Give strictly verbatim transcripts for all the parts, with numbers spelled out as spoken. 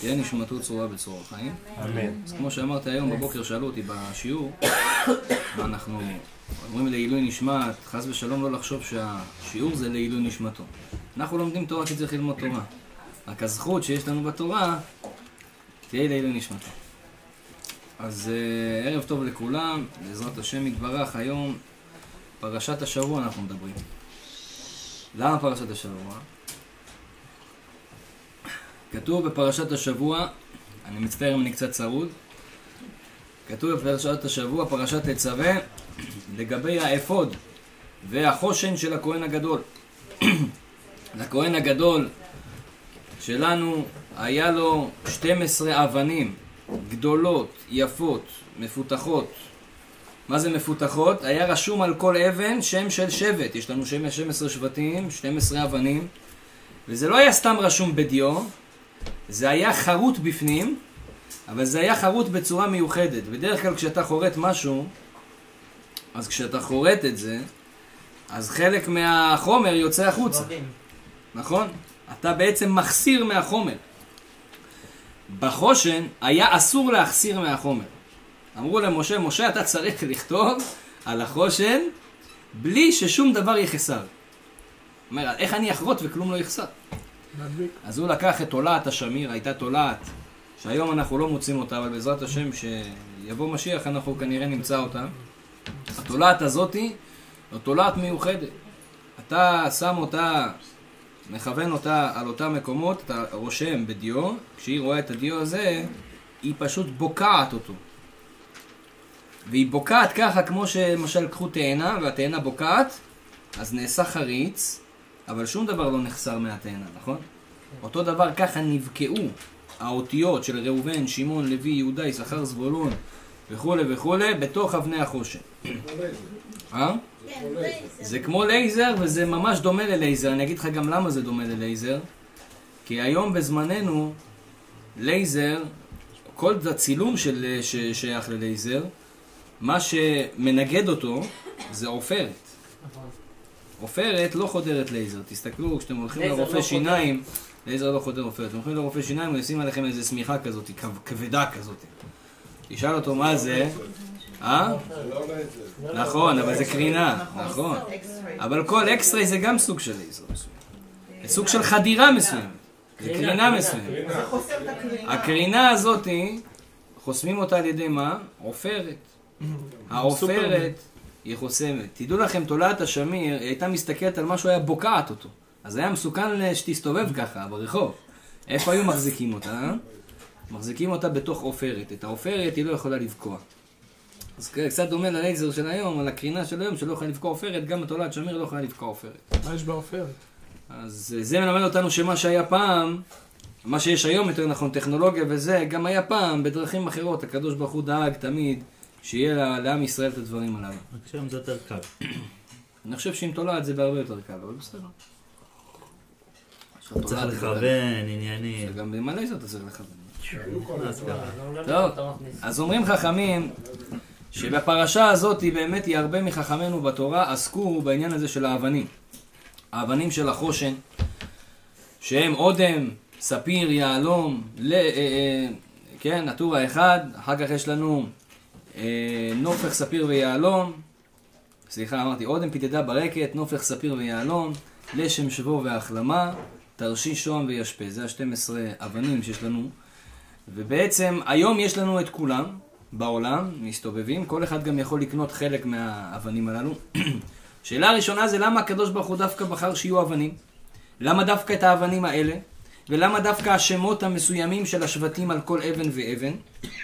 תהיה נשמתו צרורה בצרור החיים. אמן. אז כמו שאמרתי היום בבוקר, שאלו אותי בשיעור, ואנחנו אומרים לעילוי נשמת, חס ושלום לא לחשוב שהשיעור זה לעילוי נשמתו. אנחנו לומדים תורה כי צריך ללמוד תורה. רק הזכות שיש לנו בתורה, תהיה לעילוי נשמתו. אז uh, ערב טוב לכולם, בעזרת השם יתברך. היום פרשת השבוע אנחנו מדברים. למה פרשת השבוע? כתוב בפרשת השבוע, אני מצטער אם אני קצת צרוד, כתוב בפרשת השבוע, פרשת תצווה, לגבי האפוד והחושן של הכהן הגדול. לכהן הגדול שלנו היה לו שתים עשרה אבנים גדולות, יפות, מפותחות. מה זה מפותחות? היה רשום על כל אבן שם של שבט. יש לנו שתים עשרה שבטים, שתים עשרה אבנים, וזה לא היה סתם רשום בדיו, זה היה חרוט בפנים, אבל זה היה חרוט בצורה מיוחדת. בדרך כלל כשאתה חורט משהו, אז כשאתה חורט את זה, אז חלק מהחומר יוצא החוצה. נכון? אתה בעצם מחסיר מהחומר. בחושן היה אסור להחסיר מהחומר. אמרו למשה, משה אתה צריך לכתוב על החושן בלי ששום דבר יחסר. אומר, איך אני אחרוט וכלום לא יחסר? אז הוא לקח את תולעת השמיר, הייתה תולעת שהיום אנחנו לא מוצאים אותה, אבל בעזרת השם שיבוא משיח אנחנו כנראה נמצא אותה. התולעת הזאת היא תולעת מיוחדת. אתה שם אותה, מכוון אותה על אותם מקומות, אתה רושם בדיו, כשהיא רואה את הדיו הזה, היא פשוט בוקעת אותו. והיא בוקעת ככה כמו שלמשל קחו תאנה, והתאנה בוקעת, אז נעשה חריץ, אבל שום דבר לא נחסר מהתאנה, נכון? אותו דבר ככה נבקעו האותיות של ראובן, שמעון, לוי, יהודה, יששכר, זבולון וכו' וכו' בתוך אבני החושן. אה? זה כמו לייזר וזה ממש דומה ללייזר. אני אגיד לך גם למה זה דומה ללייזר. כי היום בזמננו לייזר, כל הצילום של ששייך ללייזר, מה שמנגד אותו זה עופרת. עופרת לא חודרת לייזר. תסתכלו, כשאתם הולכים לרופא שיניים, לייזר לא חודר עופרת. אתם הולכים לרופא שיניים, הוא ישים עליכם איזו סמיכה כזאת, כבדה כזאת. תשאל אותו מה זה. אה? נכון, אבל זה קרינה, נכון. אבל כל אקסטרי זה גם סוג של לייזר מסוים. זה סוג של חדירה מסוים. זה קרינה מסוים. הקרינה הזאת, חוסמים אותה על ידי מה? עופרת. העופרת היא חוסמת. תדעו לכם, תולעת השמיר, היא הייתה מסתכלת על משהו, היה בוקעת אותו. אז היה מסוכן שתסתובב ככה, ברחוב. איפה היו מחזיקים אותה? מחזיקים אותה בתוך עופרת. את העופרת היא לא יכולה לבקוע. אז קצת דומה ללייזר של היום, על הקרינה של היום, שלא יכולה לבקוע עופרת, גם התולעת שמיר לא יכולה לבקוע עופרת. מה יש בעופרת? אז זה מלמד אותנו שמה שהיה פעם, מה שיש היום יותר נכון, טכנולוגיה וזה, גם היה פעם בדרכים אחרות. הקדוש ברוך הוא דאג תמיד שיהיה לעם ישראל את הדברים הללו. רק שם זה יותר קל. אני חושב שאם תולעת זה בהרבה יותר קל, אבל בסדר. צריך לכוון, ענייני. גם במלא זאת צריך לכוון. טוב, אז אומרים חכמים שבפרשה הזאת באמת היא הרבה מחכמינו בתורה עסקו בעניין הזה של האבנים. האבנים של החושן, שהם אודם, ספיר, יעלום, כן, הטור האחד, אחר כך יש לנו נופך, ספיר ויעלום, סליחה אמרתי, אודם, פיתדה ברקת, נופך, ספיר ויעלום, לשם שבו והחלמה, תרשיש, שוהם וישפה. זה ה-שתים עשרה אבנים שיש לנו. ובעצם היום יש לנו את כולם בעולם, מסתובבים, כל אחד גם יכול לקנות חלק מהאבנים הללו. שאלה הראשונה זה למה הקדוש ברוך הוא דווקא בחר שיהיו אבנים? למה דווקא את האבנים האלה? ולמה דווקא השמות המסוימים של השבטים על כל אבן ואבן?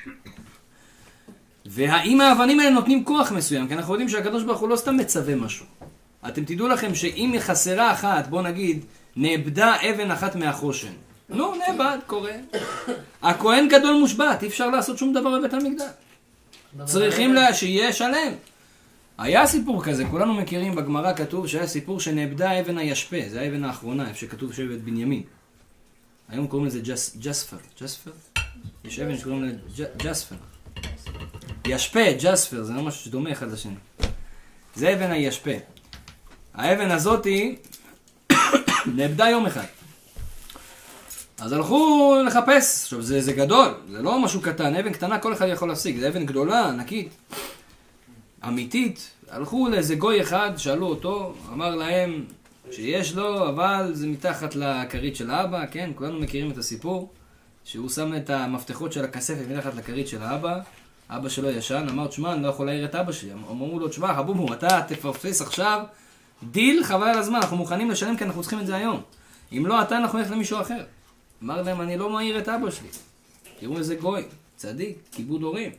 והאם האבנים האלה נותנים כוח מסוים? כי אנחנו יודעים שהקדוש ברוך הוא לא סתם מצווה משהו. אתם תדעו לכם שאם חסרה אחת, בוא נגיד, נאבדה אבן אחת מהחושן. נו, נאבד, קורה. הכהן גדול מושבת, אי אפשר לעשות שום דבר בבית המקדש. צריכים לה שיהיה שלם. היה סיפור כזה, כולנו מכירים, בגמרא כתוב שהיה סיפור שנאבדה אבן הישפה, זה האבן האחרונה, איפה שכתוב שבט בנימין. היום קוראים לזה ג'ס, ג'ספר. ג'ספר? יש אבן שקוראים לזה ג'ספר. ישפה, ג'ספר, זה לא משהו שדומה אחד לשני. זה אבן הישפה. האבן הזאת היא נאבדה יום אחד. אז הלכו לחפש, עכשיו זה, זה גדול, זה לא משהו קטן, אבן קטנה כל אחד יכול להשיג, זה אבן גדולה, ענקית, אמיתית. הלכו לאיזה גוי אחד, שאלו אותו, אמר להם שיש לו, אבל זה מתחת לכרית של האבא, כן, כולנו מכירים את הסיפור, שהוא שם את המפתחות של הכספת מתחת לכרית של האבא, אבא שלו ישן, אמר, תשמע, אני לא יכול להעיר את אבא שלי, אמרו לו, תשמע, חבובו, אתה תפרפס עכשיו, דיל, חבל על הזמן, אנחנו מוכנים לשלם כי אנחנו צריכים את זה היום, אם לא אתה, אנחנו נלך למישהו אחר. אמר להם, אני לא מעיר את אבא שלי. תראו איזה גוי, צדיק, כיבוד הורים.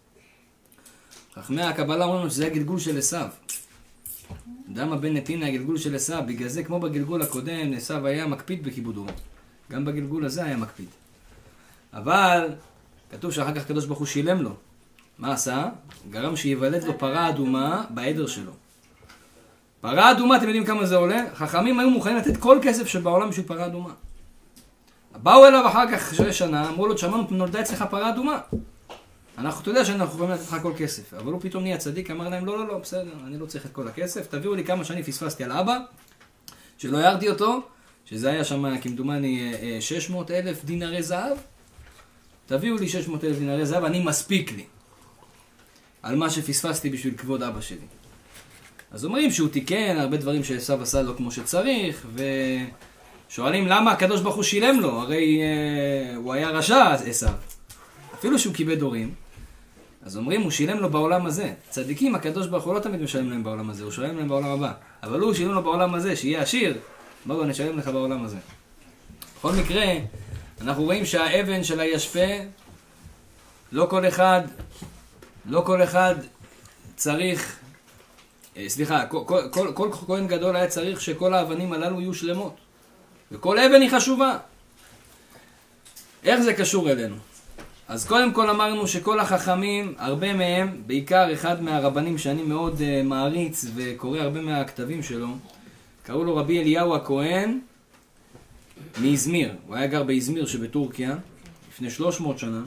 חכמי הקבלה אומרים שזה הגלגול של עשיו. דמה בן נתינה, הגלגול של עשיו. בגלל זה, כמו בגלגול הקודם, עשיו היה מקפיד בכיבוד הורים. גם בגלגול הזה היה מקפיד. אבל, כתוב שאחר כך קדוש ברוך הוא שילם לו. מה עשה? גרם שיוולד לו פרה אדומה בעדר שלו. פרה אדומה, אתם יודעים כמה זה עולה? חכמים היו מוכנים לתת כל כסף שבעולם בשביל פרה אדומה. באו אליו אחר כך אחרי שנה, אמרו לו, שמענו, נולדה אצלך פרה אדומה. אנחנו, אתה יודע שאנחנו יכולים לתת לך כל כסף. אבל הוא פתאום נהיה צדיק, אמר להם, לא, לא, לא, בסדר, אני לא צריך את כל הכסף. תביאו לי כמה שאני פספסתי על אבא, שלא הערתי אותו, שזה היה שם כמדומני שש מאות אלף דינרי זהב. תביאו לי שש מאות אלף דינרי זהב, אני מספיק לי. על מה שפספסתי בשביל כבוד אבא שלי. אז אומרים שהוא תיקן הרבה דברים שעשיו עשה לו כמו שצריך, ו... שואלים למה הקדוש ברוך הוא שילם לו, הרי אה, הוא היה רשע עשיו. אפילו שהוא כיבד הורים, אז אומרים הוא שילם לו בעולם הזה. צדיקים, הקדוש ברוך הוא לא תמיד משלם להם בעולם הזה, הוא שילם להם בעולם הבא. אבל הוא שילם לו בעולם הזה, שיהיה עשיר, בואו נשלם לך בעולם הזה. בכל מקרה, אנחנו רואים שהאבן של הישפה, לא כל אחד, לא כל אחד צריך, אה, סליחה, כל, כל, כל, כל כהן גדול היה צריך שכל האבנים הללו יהיו שלמות. וכל אבן היא חשובה. איך זה קשור אלינו? אז קודם כל אמרנו שכל החכמים, הרבה מהם, בעיקר אחד מהרבנים שאני מאוד uh, מעריץ וקורא הרבה מהכתבים שלו, קראו לו רבי אליהו הכהן מאזמיר. הוא היה גר באזמיר שבטורקיה, לפני שלוש מאות שנה.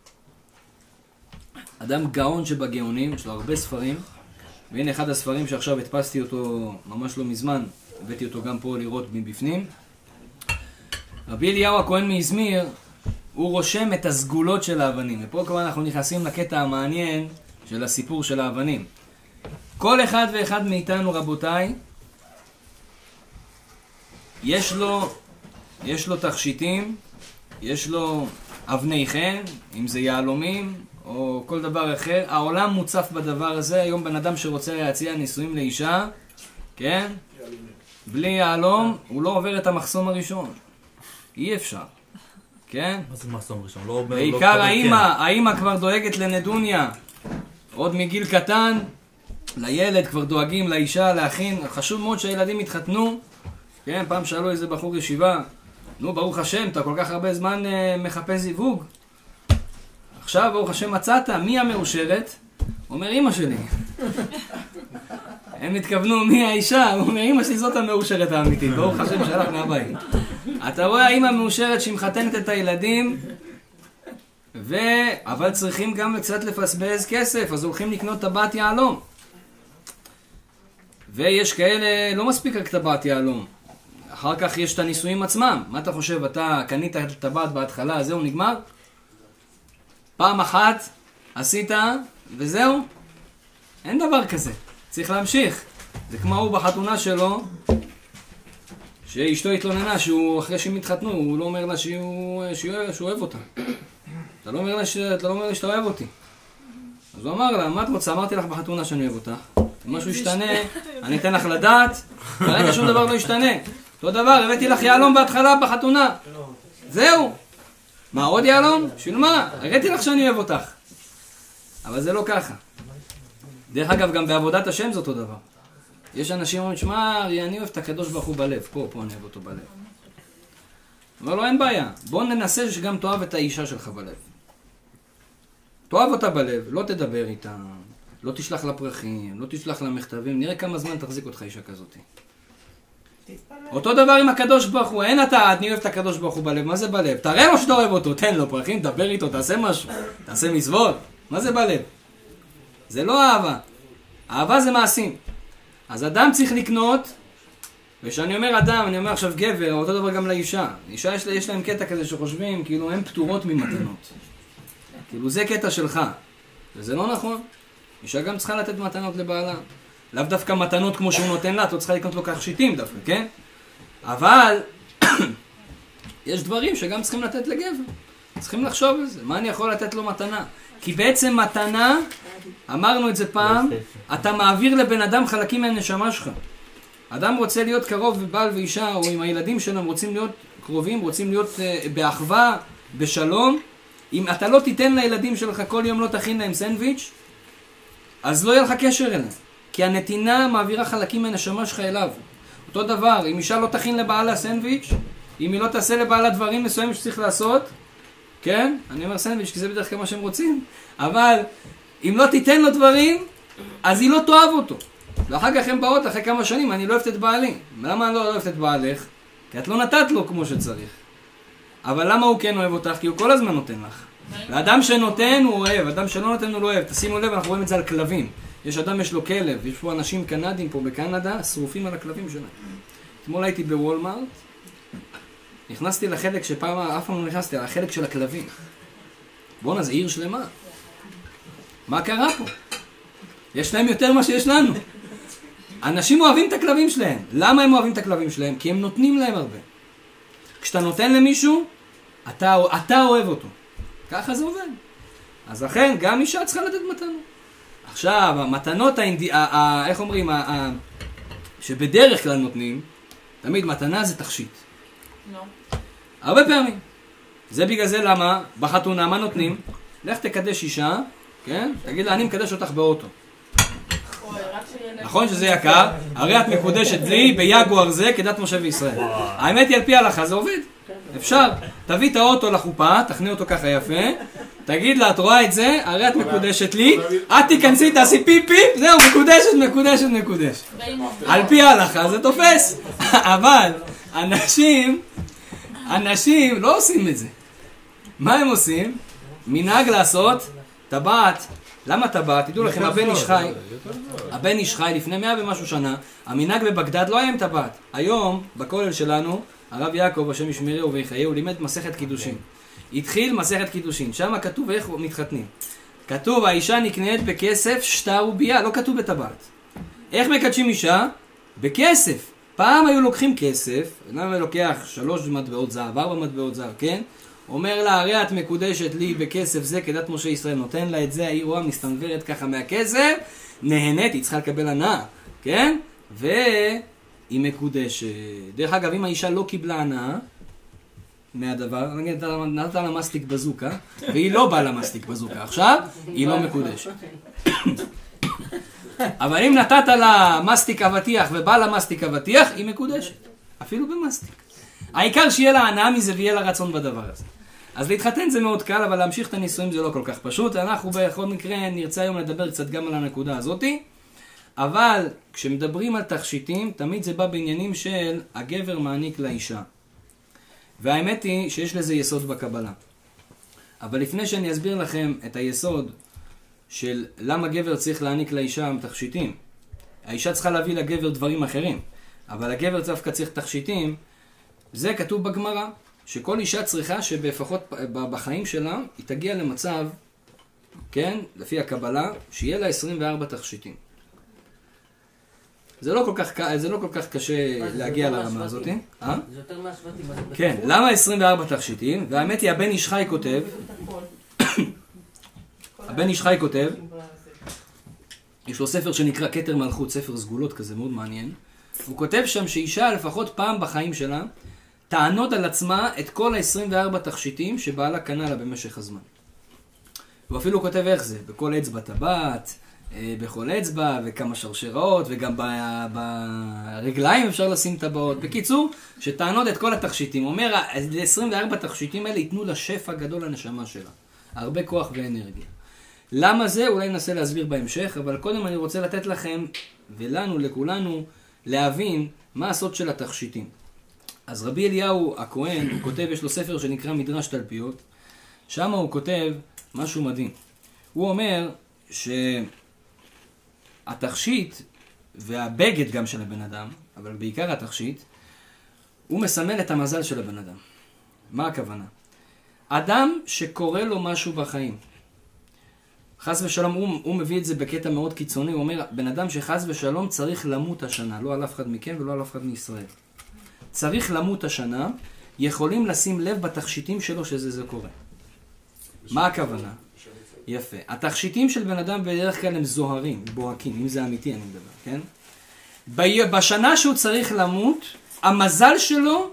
אדם גאון שבגאונים, יש לו הרבה ספרים, והנה אחד הספרים שעכשיו הדפסתי אותו ממש לא מזמן, הבאתי אותו גם פה לראות מבפנים. רבי אליהו הכהן מאזמיר, הוא רושם את הסגולות של האבנים. ופה כבר אנחנו נכנסים לקטע המעניין של הסיפור של האבנים. כל אחד ואחד מאיתנו, רבותיי, יש לו, יש לו תכשיטים, יש לו אבני חן, אם זה יהלומים או כל דבר אחר. העולם מוצף בדבר הזה. היום בן אדם שרוצה להציע נישואים לאישה, כן? בלי יהלום, הוא לא עובר את המחסום הראשון. אי אפשר. כן? מה זה מחסום ראשון? לא, בעיקר לא האמא, האמא כבר דואגת לנדוניה. עוד מגיל קטן, לילד כבר דואגים לאישה, להכין. חשוב מאוד שהילדים יתחתנו. כן, פעם שאלו איזה בחור ישיבה, נו, ברוך השם, אתה כל כך הרבה זמן אה, מחפש זיווג. עכשיו, ברוך השם, מצאת, מי המאושרת? אומר, אמא שלי. הם התכוונו מי האישה, הוא אומר, אמא שלי זאת המאושרת האמיתית, ברוך השם שלך מהבית. אתה רואה, האמא מאושרת שהיא מחתנת את הילדים, ו... אבל צריכים גם קצת לפסבז כסף, אז הולכים לקנות טבעת יהלום. ויש כאלה, לא מספיק רק טבעת יהלום. אחר כך יש את הניסויים עצמם. מה אתה חושב, אתה קנית את הטבעת בהתחלה, זהו נגמר? פעם אחת עשית, וזהו? אין דבר כזה. צריך להמשיך. זה כמו הוא בחתונה שלו, שאשתו התלוננה שהוא, אחרי שהם התחתנו, הוא לא אומר לה שהוא, שהוא, שהוא אוהב אותה. אתה לא אומר לה, ש... אתה לא אומר לה שאתה אוהב אותי. אז הוא אמר לה, מה את רוצה? אמרתי לך בחתונה שאני אוהב אותך. אם משהו ישתנה, אני אתן לך לדעת, כרגע שום דבר לא ישתנה. אותו דבר, הבאתי לך יעלום בהתחלה בחתונה. זהו. מה, עוד יעלום? בשביל מה? הראיתי לך שאני אוהב אותך. אבל זה לא ככה. דרך אגב, גם בעבודת השם זה אותו דבר. יש אנשים אומרים, שמע, אני אוהב את הקדוש ברוך הוא בלב. פה, פה אני אוהב אותו בלב. אבל לא, אין בעיה. בוא ננסה שגם תאהב את האישה שלך בלב. תאהב אותה בלב, לא תדבר איתה, לא תשלח לה פרחים, לא תשלח לה מכתבים. נראה כמה זמן תחזיק אותך אישה כזאת. אותו דבר עם הקדוש ברוך הוא. אין אתה, אני אוהב את הקדוש ברוך הוא בלב. מה זה בלב? תראה לו שאתה אוהב אותו, תן לו פרחים, דבר איתו, תעשה משהו. תעשה מצוות. מה זה בלב? זה לא אהבה. אהבה זה מעשים. אז אדם צריך לקנות וכשאני אומר אדם, אני אומר עכשיו גבר, אותו דבר גם לאישה. אישה יש, יש להם קטע כזה שחושבים, כאילו הן פטורות ממתנות. כאילו זה קטע שלך. וזה לא נכון. אישה גם צריכה לתת מתנות לבעלה. לאו דווקא מתנות כמו שהוא נותן לה, את לא צריכה לקנות לו כך שיטים דווקא, כן? אבל יש דברים שגם צריכים לתת לגבר. צריכים לחשוב על זה. מה אני יכול לתת לו מתנה? כי בעצם מתנה, אמרנו את זה פעם, אתה מעביר לבן אדם חלקים מהנשמה שלך. אדם רוצה להיות קרוב בבעל ואישה, או עם הילדים שלהם רוצים להיות קרובים, רוצים להיות uh, באחווה, בשלום. אם אתה לא תיתן לילדים שלך כל יום לא תכין להם סנדוויץ', אז לא יהיה לך קשר אליהם. כי הנתינה מעבירה חלקים מהנשמה שלך אליו. אותו דבר, אם אישה לא תכין לבעלה סנדוויץ', אם היא לא תעשה לבעלה דברים מסוימים שצריך לעשות, כן? אני אומר סנדוויץ' כי זה בדרך כלל מה שהם רוצים, אבל אם לא תיתן לו דברים, אז היא לא תאהב אותו. ואחר כך הם באות, אחרי כמה שנים, אני לא אוהבת את בעלי. למה אני לא אוהבת את בעלך? כי את לא נתת לו כמו שצריך. אבל למה הוא כן אוהב אותך? כי הוא כל הזמן נותן לך. ואדם שנותן הוא אוהב, אדם שלא נותן הוא לא אוהב. תשימו לב, אנחנו רואים את זה על כלבים. יש אדם יש לו כלב, יש פה אנשים קנדים פה בקנדה, שרופים על הכלבים שלהם. אתמול הייתי בוולמארט, נכנסתי לחלק שפעם, אף פעם לא נכנסתי, לחלק של הכלבים. בוא'נה, זה עיר שלמה. מה קרה פה? יש להם יותר מה שיש לנו. אנשים אוהבים את הכלבים שלהם. למה הם אוהבים את הכלבים שלהם? כי הם נותנים להם הרבה. כשאתה נותן למישהו, אתה, אתה אוהב אותו. ככה זה עובד. אז לכן, גם אישה צריכה לתת מתנות. עכשיו, המתנות, האינדי, ה, ה, איך אומרים, ה, ה, שבדרך כלל נותנים, תמיד מתנה זה תכשיט. לא. הרבה פעמים. זה בגלל זה למה, בחתונה, מה נותנים? לך תקדש אישה, כן? תגיד לה, אני מקדש אותך באוטו. נכון שזה יקר, הרי את מקודשת לי ביגואר זה כדת משה וישראל. האמת היא על פי ההלכה, זה עובד. אפשר, תביא את האוטו לחופה, תכנה אותו ככה יפה, תגיד לה, את רואה את זה, הרי את מקודשת לי, את תיכנסי, תעשי פי פי, זהו, מקודשת, מקודשת, מקודשת. על פי ההלכה זה תופס, אבל אנשים, אנשים לא עושים את זה. מה הם עושים? מנהג לעשות טבעת. למה טבעת? תדעו לכם, הבן איש חי, הבן איש חי לפני מאה ומשהו שנה, המנהג בבגדד לא היה עם טבעת. היום, בכולל שלנו, הרב יעקב, השם ישמרהו ויחיה, הוא לימד מסכת קידושין. התחיל מסכת קידושין, שם כתוב איך מתחתנים. כתוב, האישה נקנית בכסף, שטר ובייה, לא כתוב בטבעת. איך מקדשים אישה? בכסף. פעם היו לוקחים כסף, למה לוקח שלוש מטבעות זהב, ארבע מטבעות זהב, כן? אומר לה, הרי את מקודשת לי בכסף זה כדת משה ישראל, נותן לה את זה, היא רואה מסתנוורת ככה מהכסף, נהנית, היא צריכה לקבל הנאה, כן? והיא מקודשת. דרך אגב, אם האישה לא קיבלה הנאה מהדבר, נגיד, נתת לה מסטיק בזוקה, והיא לא באה למסטיק בזוקה, עכשיו היא לא מקודשת. אבל אם נתת לה מסטיק אבטיח ובאה לה מסטיק אבטיח, היא מקודשת, אפילו במסטיק. העיקר שיהיה לה הנאה מזה ויהיה לה רצון בדבר הזה. אז להתחתן זה מאוד קל, אבל להמשיך את הנישואים זה לא כל כך פשוט. אנחנו בכל מקרה נרצה היום לדבר קצת גם על הנקודה הזאת. אבל כשמדברים על תכשיטים, תמיד זה בא בעניינים של הגבר מעניק לאישה. והאמת היא שיש לזה יסוד בקבלה. אבל לפני שאני אסביר לכם את היסוד של למה גבר צריך להעניק לאישה תכשיטים, האישה צריכה להביא לגבר דברים אחרים, אבל הגבר דווקא צריך תכשיטים, זה כתוב בגמרא, שכל אישה צריכה שבפחות בחיים שלה היא תגיע למצב, כן, לפי הקבלה, שיהיה לה עשרים וארבע תכשיטים. זה לא כל כך, זה לא כל כך קשה להגיע לרמה הזאת. זה יותר מהשבטים. כן, למה עשרים וארבע תכשיטים? והאמת היא, הבן איש חי כותב, הבן איש חי כותב, יש לו ספר שנקרא כתר מלכות, ספר סגולות כזה, מאוד מעניין. הוא כותב שם שאישה לפחות פעם בחיים שלה, תענוד על עצמה את כל ה-עשרים וארבע תכשיטים שבעלה קנה לה במשך הזמן. הוא אפילו כותב איך זה, בכל אצבע טבעת, בכל אצבע וכמה שרשראות, וגם ברגליים אפשר לשים טבעות. בקיצור, שתענוד את כל התכשיטים. הוא אומר, ל-עשרים וארבע תכשיטים האלה ייתנו לה שפע גדול לנשמה שלה. הרבה כוח ואנרגיה. למה זה? אולי ננסה להסביר בהמשך, אבל קודם אני רוצה לתת לכם, ולנו, לכולנו, להבין מה הסוד של התכשיטים. אז רבי אליהו הכהן, הוא כותב, יש לו ספר שנקרא מדרש תלפיות, שם הוא כותב משהו מדהים. הוא אומר שהתכשיט והבגד גם של הבן אדם, אבל בעיקר התכשיט, הוא מסמל את המזל של הבן אדם. מה הכוונה? אדם שקורא לו משהו בחיים, חס ושלום, הוא, הוא מביא את זה בקטע מאוד קיצוני, הוא אומר, בן אדם שחס ושלום צריך למות השנה, לא על אף אחד מכם ולא על אף אחד מישראל. צריך למות השנה, יכולים לשים לב בתכשיטים שלו שזה זה קורה. מה הכוונה? יפה. התכשיטים של בן אדם בדרך כלל הם זוהרים, בוהקים, אם זה אמיתי אני מדבר, כן? בשנה שהוא צריך למות, המזל שלו,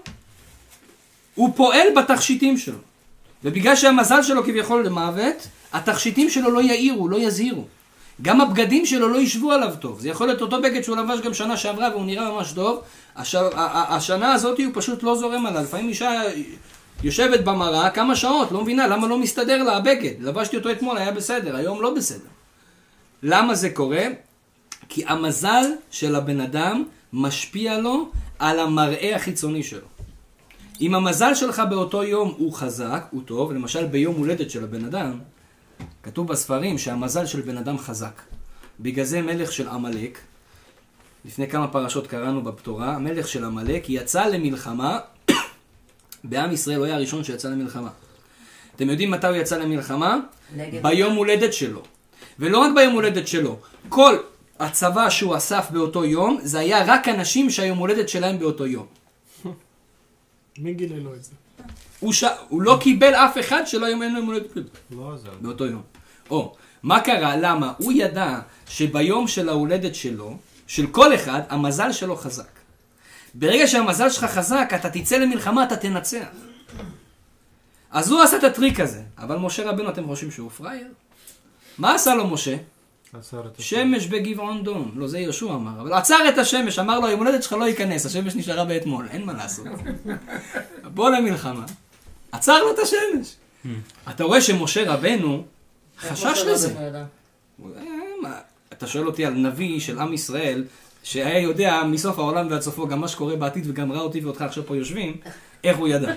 הוא פועל בתכשיטים שלו. ובגלל שהמזל שלו כביכול למוות, התכשיטים שלו לא יאירו, לא יזהירו. גם הבגדים שלו לא ישבו עליו טוב. זה יכול להיות אותו בגד שהוא לבש גם שנה שעברה והוא נראה ממש טוב. הש... השנה הזאת הוא פשוט לא זורם עליו. לפעמים אישה יושבת במראה כמה שעות, לא מבינה למה לא מסתדר לה הבגד. לבשתי אותו אתמול, היה בסדר, היום לא בסדר. למה זה קורה? כי המזל של הבן אדם משפיע לו על המראה החיצוני שלו. אם המזל שלך באותו יום הוא חזק, הוא טוב, למשל ביום הולדת של הבן אדם, כתוב בספרים שהמזל של בן אדם חזק. בגלל זה מלך של עמלק, לפני כמה פרשות קראנו בתורה, המלך של עמלק יצא למלחמה, בעם ישראל הוא היה הראשון שיצא למלחמה. אתם יודעים מתי הוא יצא למלחמה? ביום הולדת שלו. ולא רק ביום הולדת שלו, כל הצבא שהוא אסף באותו יום, זה היה רק אנשים שהיום הולדת שלהם באותו יום. מי גילה לו את זה? הוא, ש... הוא לא קיבל אף אחד שלא היום אין לו מולדת לא עזר. באותו יום. או, מה קרה? למה? הוא ידע שביום של ההולדת שלו, של כל אחד, המזל שלו חזק. ברגע שהמזל שלך חזק, אתה תצא למלחמה, אתה תנצח. אז הוא עשה את הטריק הזה. אבל משה רבנו, אתם חושבים שהוא פרייר? מה עשה לו משה? שמש בגבעון דום. לא, זה יהושע אמר. אבל עצר את השמש, אמר לו, היום הולדת שלך לא ייכנס, השמש נשארה באתמול, אין מה לעשות. בוא למלחמה. עצר לו את השמש. אתה רואה שמשה רבנו חשש לזה. אתה שואל אותי על נביא של עם ישראל, שהיה יודע מסוף העולם ועד סופו גם מה שקורה בעתיד וגם ראה אותי ואותך עכשיו פה יושבים, איך הוא ידע.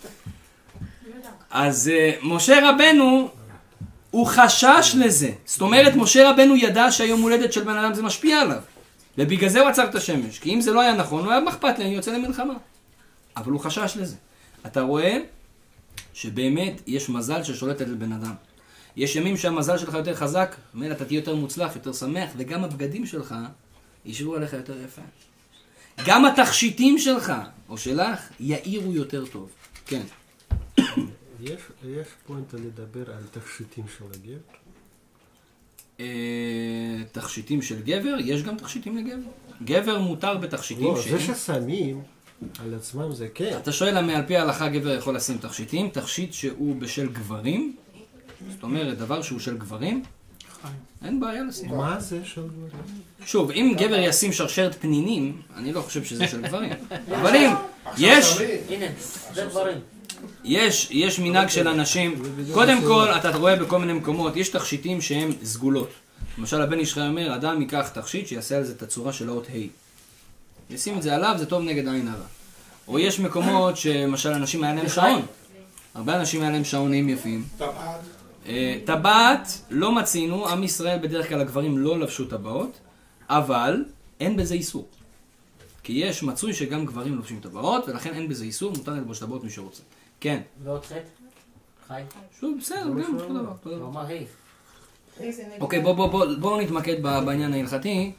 אז משה רבנו, הוא חשש לזה. זאת אומרת, משה רבנו ידע שהיום הולדת של בן אדם זה משפיע עליו. ובגלל זה הוא עצר את השמש. כי אם זה לא היה נכון, הוא היה מחפת לי, אני יוצא למלחמה. אבל הוא חשש לזה. אתה רואה שבאמת יש מזל ששולט על בן אדם. יש ימים שהמזל שלך יותר חזק, מילא אתה תהיה יותר מוצלח, יותר שמח, וגם הבגדים שלך ישבו עליך יותר יפה. גם התכשיטים שלך, או שלך, יאירו יותר טוב. כן. יש, יש פוינט לדבר על תכשיטים של הגבר? תכשיטים של גבר? יש גם תכשיטים לגבר. גבר מותר בתכשיטים לא, שהם... זה ששמים על עצמם זה כן. אתה שואל למה על פי ההלכה גבר יכול לשים תכשיטים? תכשיט שהוא בשל גברים, זאת אומרת דבר שהוא של גברים, אין בעיה לשים. מה זה של גברים? שוב, אם גבר ישים שרשרת פנינים, אני לא חושב שזה של גברים. אבל אם יש... הנה, זה גברים. יש, יש מנהג של אנשים, קודם כל אתה רואה בכל מיני מקומות, יש תכשיטים שהם סגולות. למשל הבן איש חי אומר, אדם ייקח תכשיט שיעשה על זה את הצורה של האות ה'. ישים את זה עליו, זה טוב נגד עין הרע. או יש מקומות שלמשל אנשים היה להם שעון. הרבה אנשים היה להם שעונים יפים. טבעת לא מצינו, עם ישראל בדרך כלל הגברים לא לבשו טבעות, אבל אין בזה איסור. כי יש מצוי שגם גברים לובשים טבעות, ולכן אין בזה איסור, מותר ללבוש טבעות מי שרוצה. כן. ועוד חטא? חי? שוב, בסדר, גם אותו דבר. הוא אמר היי. אוקיי, בואו נתמקד בעניין ההלכתי.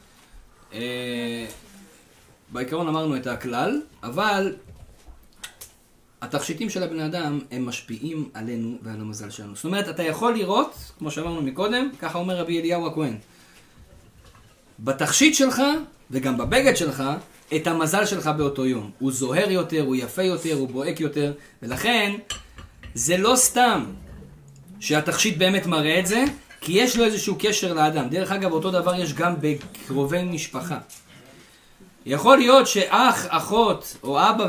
בעיקרון אמרנו את הכלל, אבל התכשיטים של הבן אדם הם משפיעים עלינו ועל המזל שלנו. זאת אומרת, אתה יכול לראות, כמו שאמרנו מקודם, ככה אומר רבי אליהו הכהן, בתכשיט שלך וגם בבגד שלך, את המזל שלך באותו יום. הוא זוהר יותר, הוא יפה יותר, הוא בועק יותר, ולכן זה לא סתם שהתכשיט באמת מראה את זה, כי יש לו איזשהו קשר לאדם. דרך אגב, אותו דבר יש גם בקרובי משפחה. יכול להיות שאח, אחות, או אבא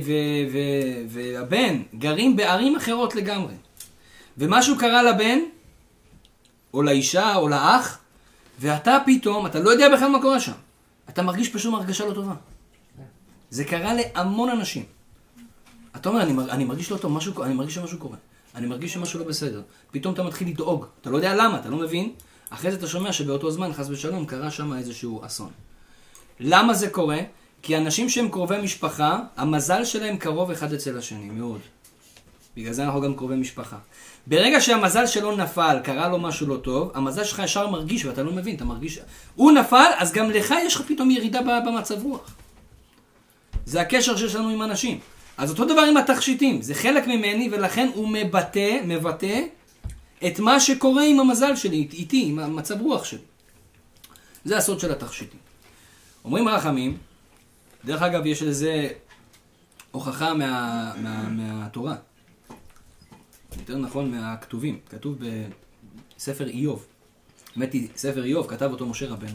והבן גרים בערים אחרות לגמרי. ומשהו קרה לבן, או לאישה, או לאח, ואתה פתאום, אתה לא יודע בכלל מה קורה שם. אתה מרגיש פשוט הרגשה לא טובה. זה קרה להמון אנשים. אתה אומר, אני, מר, אני מרגיש לא טוב, משהו, אני מרגיש שמשהו קורה. אני מרגיש שמשהו לא בסדר. פתאום אתה מתחיל לדאוג. אתה לא יודע למה, אתה לא מבין. אחרי זה אתה שומע שבאותו זמן, חס ושלום, קרה שם איזשהו אסון. למה זה קורה? כי אנשים שהם קרובי משפחה, המזל שלהם קרוב אחד אצל השני, מאוד. בגלל זה אנחנו גם קרובי משפחה. ברגע שהמזל שלו נפל, קרה לו משהו לא טוב, המזל שלך ישר מרגיש, ואתה לא מבין, אתה מרגיש... הוא נפל, אז גם לך יש לך פתאום ירידה במצב רוח. זה הקשר שיש לנו עם אנשים. אז אותו דבר עם התכשיטים, זה חלק ממני, ולכן הוא מבטא, מבטא את מה שקורה עם המזל שלי, איתי, עם המצב רוח שלי. זה הסוד של התכשיטים. אומרים הרחמים, דרך אגב יש לזה הוכחה מה, מה, מהתורה. יותר נכון מהכתובים. כתוב בספר איוב. האמת היא, ספר איוב כתב אותו משה רבנו.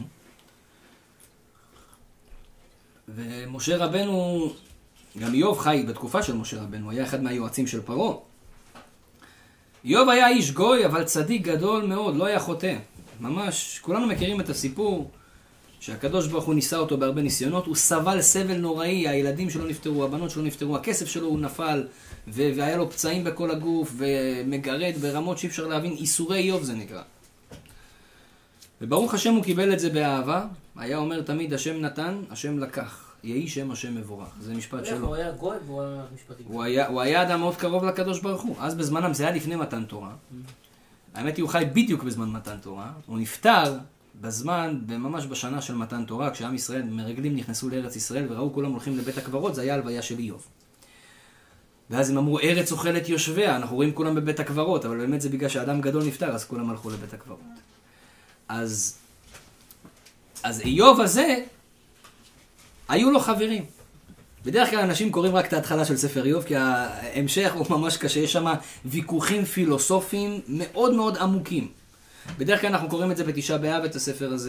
ומשה רבנו, גם איוב חי בתקופה של משה רבנו, היה אחד מהיועצים של פרעה. איוב היה איש גוי, אבל צדיק גדול מאוד, לא היה חוטא. ממש, כולנו מכירים את הסיפור שהקדוש ברוך הוא ניסה אותו בהרבה ניסיונות, הוא סבל סבל נוראי, הילדים שלו נפטרו, הבנות שלו נפטרו, הכסף שלו הוא נפל, ו- והיה לו פצעים בכל הגוף, ומגרד ברמות שאי אפשר להבין, איסורי איוב זה נקרא. וברוך השם הוא קיבל את זה באהבה, היה אומר תמיד השם נתן, השם לקח, יהי שם השם מבורך, זה משפט שלו. הוא היה גוי והוא היה משפטים. הוא היה, הוא היה אדם מאוד קרוב לקדוש ברוך הוא, אז בזמנם זה היה לפני מתן תורה. האמת היא הוא חי בדיוק בזמן מתן תורה, הוא נפטר בזמן, ממש בשנה של מתן תורה, כשעם ישראל, מרגלים נכנסו לארץ ישראל וראו כולם הולכים לבית הקברות, זה היה הלוויה של איוב. ואז הם אמרו, ארץ אוכלת יושביה, אנחנו רואים כולם בבית הקברות, אבל באמת זה בגלל שהאדם גדול נפטר, אז כולם הלכו לבית הקברות. אז, אז איוב הזה, היו לו חברים. בדרך כלל אנשים קוראים רק את ההתחלה של ספר איוב, כי ההמשך הוא ממש קשה, יש שם ויכוחים פילוסופיים מאוד מאוד עמוקים. בדרך כלל אנחנו קוראים את זה בתשעה באב, את הספר הזה.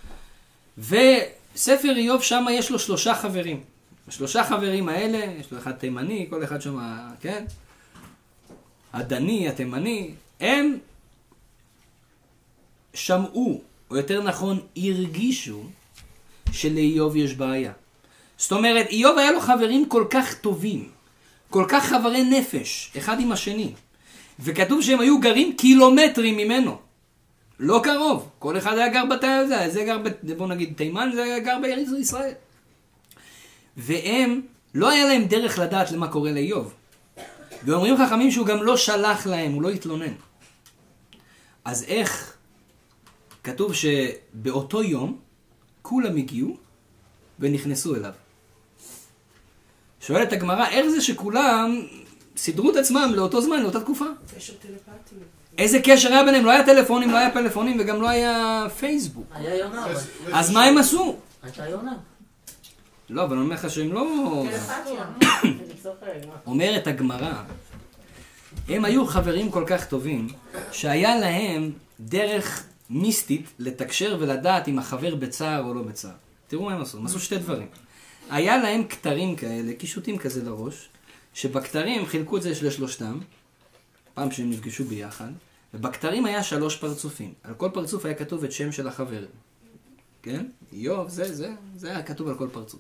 וספר איוב שם יש לו שלושה חברים. השלושה חברים האלה, יש לו אחד תימני, כל אחד שם, כן? הדני, התימני, הם שמעו, או יותר נכון, הרגישו שלאיוב יש בעיה. זאת אומרת, איוב היה לו חברים כל כך טובים, כל כך חברי נפש, אחד עם השני. וכתוב שהם היו גרים קילומטרים ממנו. לא קרוב. כל אחד היה גר בתאי הזה, זה גר, בוא נגיד, תימן, זה היה גר בארץ ישראל. והם, לא היה להם דרך לדעת למה קורה לאיוב. ואומרים חכמים שהוא גם לא שלח להם, הוא לא התלונן. אז איך? כתוב שבאותו יום, כולם הגיעו ונכנסו אליו. שואלת הגמרא, איך זה שכולם סידרו את עצמם לאותו זמן, לאותה תקופה? קשר טלפתי. איזה קשר היה ביניהם? לא היה טלפונים, לא היה פלאפונים וגם לא היה פייסבוק. היה יונה. אז מה הם עשו? הייתה יונה. לא, אבל אני אומר לך שהם לא... אומרת הגמרא, הם היו חברים כל כך טובים, שהיה להם דרך מיסטית לתקשר ולדעת אם החבר בצער או לא בצער. תראו מה הם עשו, הם עשו שתי דברים. היה להם כתרים כאלה, קישוטים כזה לראש, שבכתרים חילקו את זה לשלושתם, פעם שהם נפגשו ביחד, ובכתרים היה שלוש פרצופים. על כל פרצוף היה כתוב את שם של החבר. כן? איוב, זה, זה, זה היה כתוב על כל פרצוף.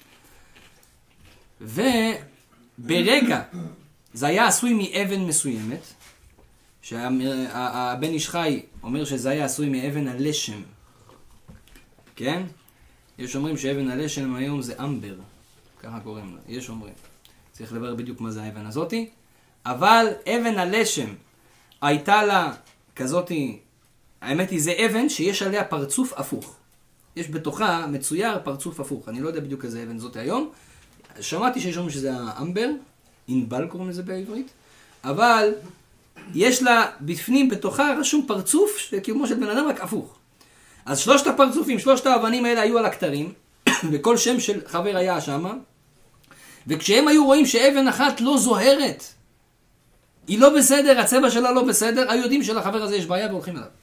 וברגע, זה היה עשוי מאבן מסוימת, שהבן איש חי אומר שזה היה עשוי מאבן הלשם. כן? יש אומרים שאבן הלשם היום זה אמבר. ככה קוראים לה. יש אומרים. צריך לברר בדיוק מה זה האבן הזאתי. אבל אבן הלשם הייתה לה כזאתי, האמת היא זה אבן שיש עליה פרצוף הפוך. יש בתוכה מצויר פרצוף הפוך. אני לא יודע בדיוק איזה אבן זאת היום. שמעתי שיש אומרים שזה האמבר, אינבל קוראים לזה בעברית. אבל יש לה בפנים בתוכה רשום פרצוף כמו של בן אדם רק הפוך. אז שלושת הפרצופים, שלושת האבנים האלה היו על הכתרים, וכל שם של חבר היה שמה, וכשהם היו רואים שאבן אחת לא זוהרת, היא לא בסדר, הצבע שלה לא בסדר, היו יודעים שלחבר הזה יש בעיה והולכים אליו.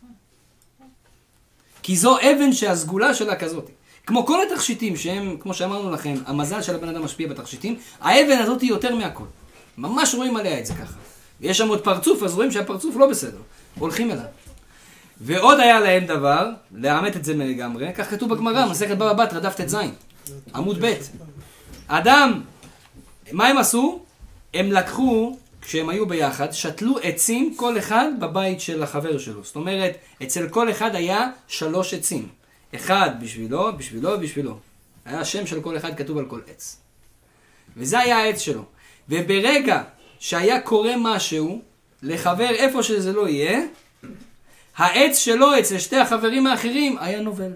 כי זו אבן שהסגולה שלה כזאת. כמו כל התכשיטים שהם, כמו שאמרנו לכם, המזל של הבן אדם משפיע בתכשיטים, האבן הזאת היא יותר מהכל. ממש רואים עליה את זה ככה. ויש שם עוד פרצוף, אז רואים שהפרצוף לא בסדר. הולכים אליו. ועוד היה להם דבר, לאמת את זה לגמרי, כך כתוב בגמרא, מסכת בבא בתרא דף ט"ז, עמוד ב'. אדם, מה הם עשו? הם לקחו, כשהם היו ביחד, שתלו עצים כל אחד בבית של החבר שלו. זאת אומרת, אצל כל אחד היה שלוש עצים. אחד בשבילו, בשבילו ובשבילו. היה שם של כל אחד כתוב על כל עץ. וזה היה העץ שלו. וברגע שהיה קורה משהו לחבר איפה שזה לא יהיה, העץ שלו אצל שתי החברים האחרים היה נובל.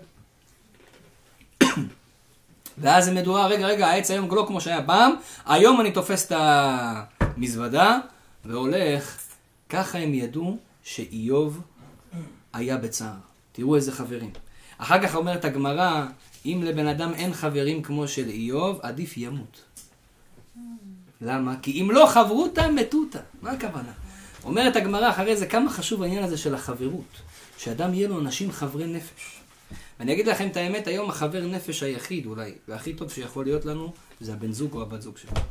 ואז זה מדועה, רגע, רגע, העץ היום לא כמו שהיה פעם, היום אני תופס את המזוודה והולך. ככה הם ידעו שאיוב היה בצער. תראו איזה חברים. אחר כך אומרת הגמרא, אם לבן אדם אין חברים כמו של איוב, עדיף ימות. למה? כי אם לא חברותה, מתותה. מה הכוונה? אומרת הגמרא אחרי זה, כמה חשוב העניין הזה של החברות. שאדם יהיה לו אנשים חברי נפש. ואני אגיד לכם את האמת, היום החבר נפש היחיד אולי, והכי טוב שיכול להיות לנו, זה הבן זוג או הבת זוג שלנו.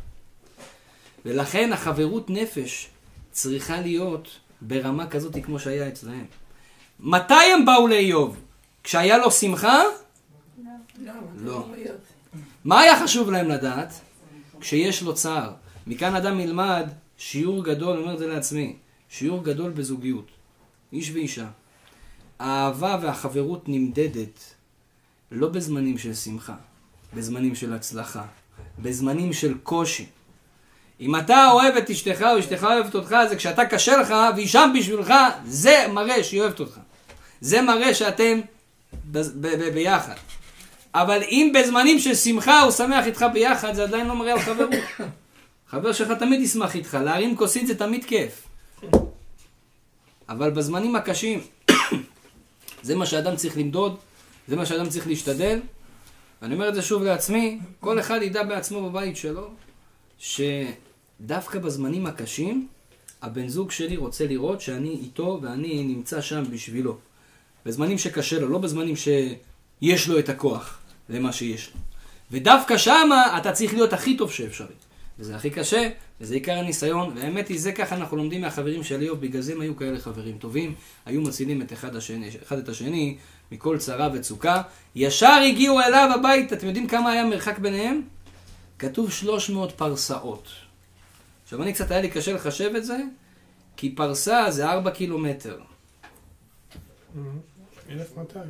ולכן החברות נפש צריכה להיות ברמה כזאת כמו שהיה אצלהם. מתי הם באו לאיוב? כשהיה לו שמחה? לא. לא. מה היה חשוב להם לדעת? כשיש לו צער. מכאן אדם ילמד שיעור גדול, אני אומר את זה לעצמי, שיעור גדול בזוגיות. איש ואישה. האהבה והחברות נמדדת לא בזמנים של שמחה, בזמנים של הצלחה, בזמנים של קושי. אם אתה אוהב את אשתך או אשתך אוהבת אותך, זה כשאתה קשה לך והיא שם בשבילך, זה מראה שהיא אוהבת אותך. זה מראה שאתם ב- ב- ב- ביחד. אבל אם בזמנים של שמחה הוא שמח איתך ביחד, זה עדיין לא מראה על חברות. חבר שלך תמיד ישמח איתך, להרים כוסית זה תמיד כיף. אבל בזמנים הקשים, זה מה שאדם צריך למדוד, זה מה שאדם צריך להשתדל. ואני אומר את זה שוב לעצמי, כל אחד ידע בעצמו בבית שלו, שדווקא בזמנים הקשים, הבן זוג שלי רוצה לראות שאני איתו ואני נמצא שם בשבילו. בזמנים שקשה לו, לא בזמנים שיש לו את הכוח למה שיש לו. ודווקא שמה אתה צריך להיות הכי טוב שאפשרי. וזה הכי קשה, וזה עיקר הניסיון, והאמת היא, זה ככה אנחנו לומדים מהחברים של איוב, בגלל זה הם היו כאלה חברים טובים, היו מצילים את אחד, השני, אחד את השני מכל צרה וצוקה, ישר הגיעו אליו הבית, אתם יודעים כמה היה מרחק ביניהם? כתוב שלוש מאות פרסאות. עכשיו אני קצת היה לי קשה לחשב את זה, כי פרסה זה ארבע קילומטר. אלף מאתיים.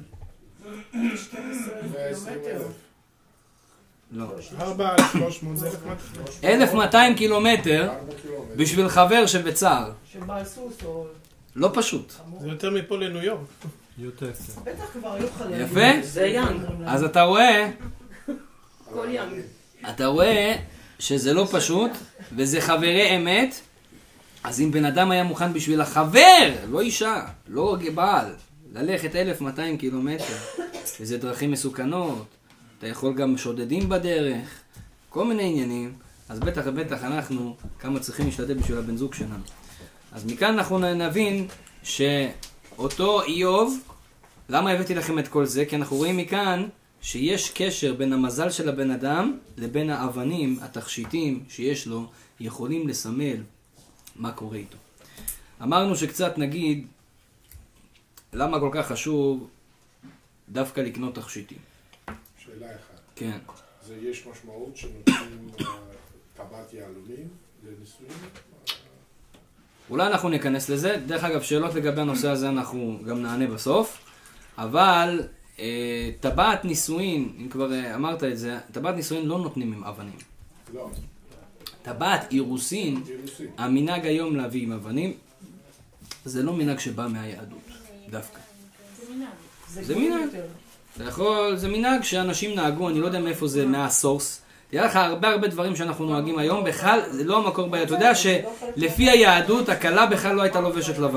לא. ארבע על שלוש מאות זה אלף מאתיים. אלף מאתיים קילומטר בשביל חבר שבצער. שבעל סוס או... לא פשוט. זה יותר מפה לניו יורק. יותר קצת. בטח כבר היו חללים. יפה? זה יאנג. אז אתה רואה, כל יאנג. אתה רואה שזה לא פשוט, וזה חברי אמת. אז אם בן אדם היה מוכן בשביל החבר, לא אישה, לא בעל, ללכת אלף מאתיים קילומטר, וזה דרכים מסוכנות, אתה יכול גם שודדים בדרך, כל מיני עניינים, אז בטח ובטח אנחנו כמה צריכים להשתדל בשביל הבן זוג שלנו. אז מכאן אנחנו נבין שאותו איוב, למה הבאתי לכם את כל זה? כי אנחנו רואים מכאן שיש קשר בין המזל של הבן אדם לבין האבנים, התכשיטים שיש לו, יכולים לסמל מה קורה איתו. אמרנו שקצת נגיד, למה כל כך חשוב דווקא לקנות תכשיטים? שאלה אחת. כן. זה יש משמעות שנותנים אה, טבעת יהלומים לניסויים? אולי אנחנו ניכנס לזה. דרך אגב, שאלות לגבי הנושא הזה אנחנו גם נענה בסוף. אבל אה, טבעת נישואין, אם כבר אה, אמרת את זה, טבעת נישואין לא נותנים עם אבנים. לא. טבעת אירוסין, אירוסין. המנהג היום להביא עם אבנים, זה לא מנהג שבא מהיהדות, דווקא. זה מנהג. אתה יכול, זה מנהג שאנשים נהגו, אני לא יודע מאיפה זה, מהסורס. תראה לך הרבה הרבה דברים שאנחנו נוהגים היום, בכלל זה לא המקור ביהדות. אתה יודע שלפי היהדות, הכלה בכלל לא הייתה לובשת לבן.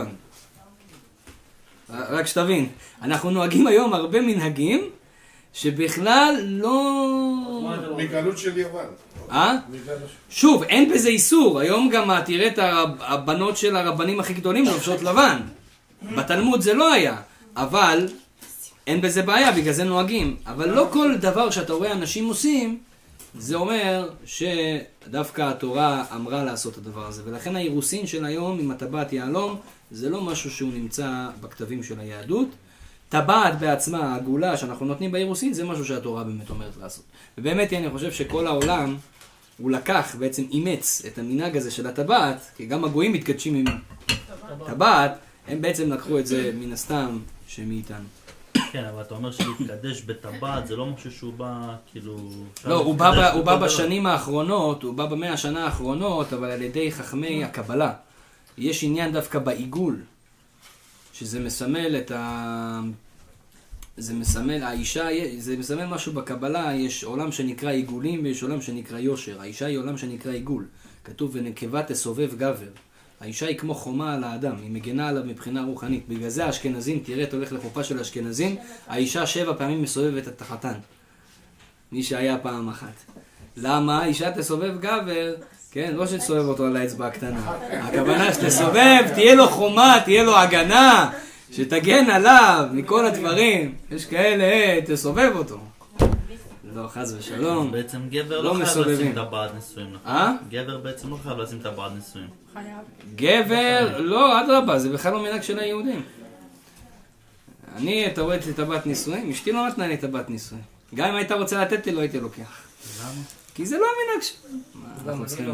רק שתבין, אנחנו נוהגים היום הרבה מנהגים, שבכלל לא... מגלות של יוון. אה? שוב, אין בזה איסור. היום גם תראה את הבנות של הרבנים הכי גדולים לובשות לבן. בתלמוד זה לא היה. אבל אין בזה בעיה, בגלל זה נוהגים. אבל לא כל דבר שאתה רואה אנשים עושים, זה אומר שדווקא התורה אמרה לעשות את הדבר הזה. ולכן האירוסין של היום עם הטבעת יהלום, זה לא משהו שהוא נמצא בכתבים של היהדות. טבעת בעצמה, העגולה שאנחנו נותנים באירוסין, זה משהו שהתורה באמת אומרת לעשות. ובאמת אני חושב שכל העולם, הוא לקח, בעצם אימץ את המנהג הזה של הטבעת, כי גם הגויים מתקדשים עם טבעת, הם בעצם לקחו את זה מן הסתם שמאיתנו. כן, אבל אתה אומר שלהתקדש בטבעת זה לא משהו שהוא בא, כאילו... לא, הוא בא, ב, הוא בא בשנים האחרונות, הוא בא במאה השנה האחרונות, אבל על ידי חכמי הקבלה. יש עניין דווקא בעיגול, שזה מסמל את ה... זה מסמל, האישה, זה מסמל משהו בקבלה, יש עולם שנקרא עיגולים ויש עולם שנקרא יושר. האישה היא עולם שנקרא עיגול. כתוב ונקבה תסובב גבר. האישה היא כמו חומה על האדם, היא מגנה עליו מבחינה רוחנית. בגלל זה האשכנזים, תראה, אתה הולך לחופה של האשכנזים, האישה שבע פעמים מסובבת את החתן. מי שהיה פעם אחת. למה? האישה תסובב גבר, כן, לא שתסובב אותו על האצבע הקטנה. הכוונה שתסובב, תהיה לו חומה, תהיה לו הגנה, שתגן עליו מכל הדברים. יש כאלה, תסובב אותו. לא, חס ושלום. בעצם גבר לא חייב לשים טבעת נישואים, נכון? אה? גבר בעצם לא חייב לשים טבעת נישואים. חייב. גבר, לא, אדרבה, זה בכלל לא מנהג של היהודים. אני, אתה רואה את טבעת נישואים? אשתי לא נתנה לי טבעת נישואים. גם אם היית רוצה לתת לי, לא הייתי לוקח. למה? כי זה לא המנהג שלנו. מה, אנחנו צריכים...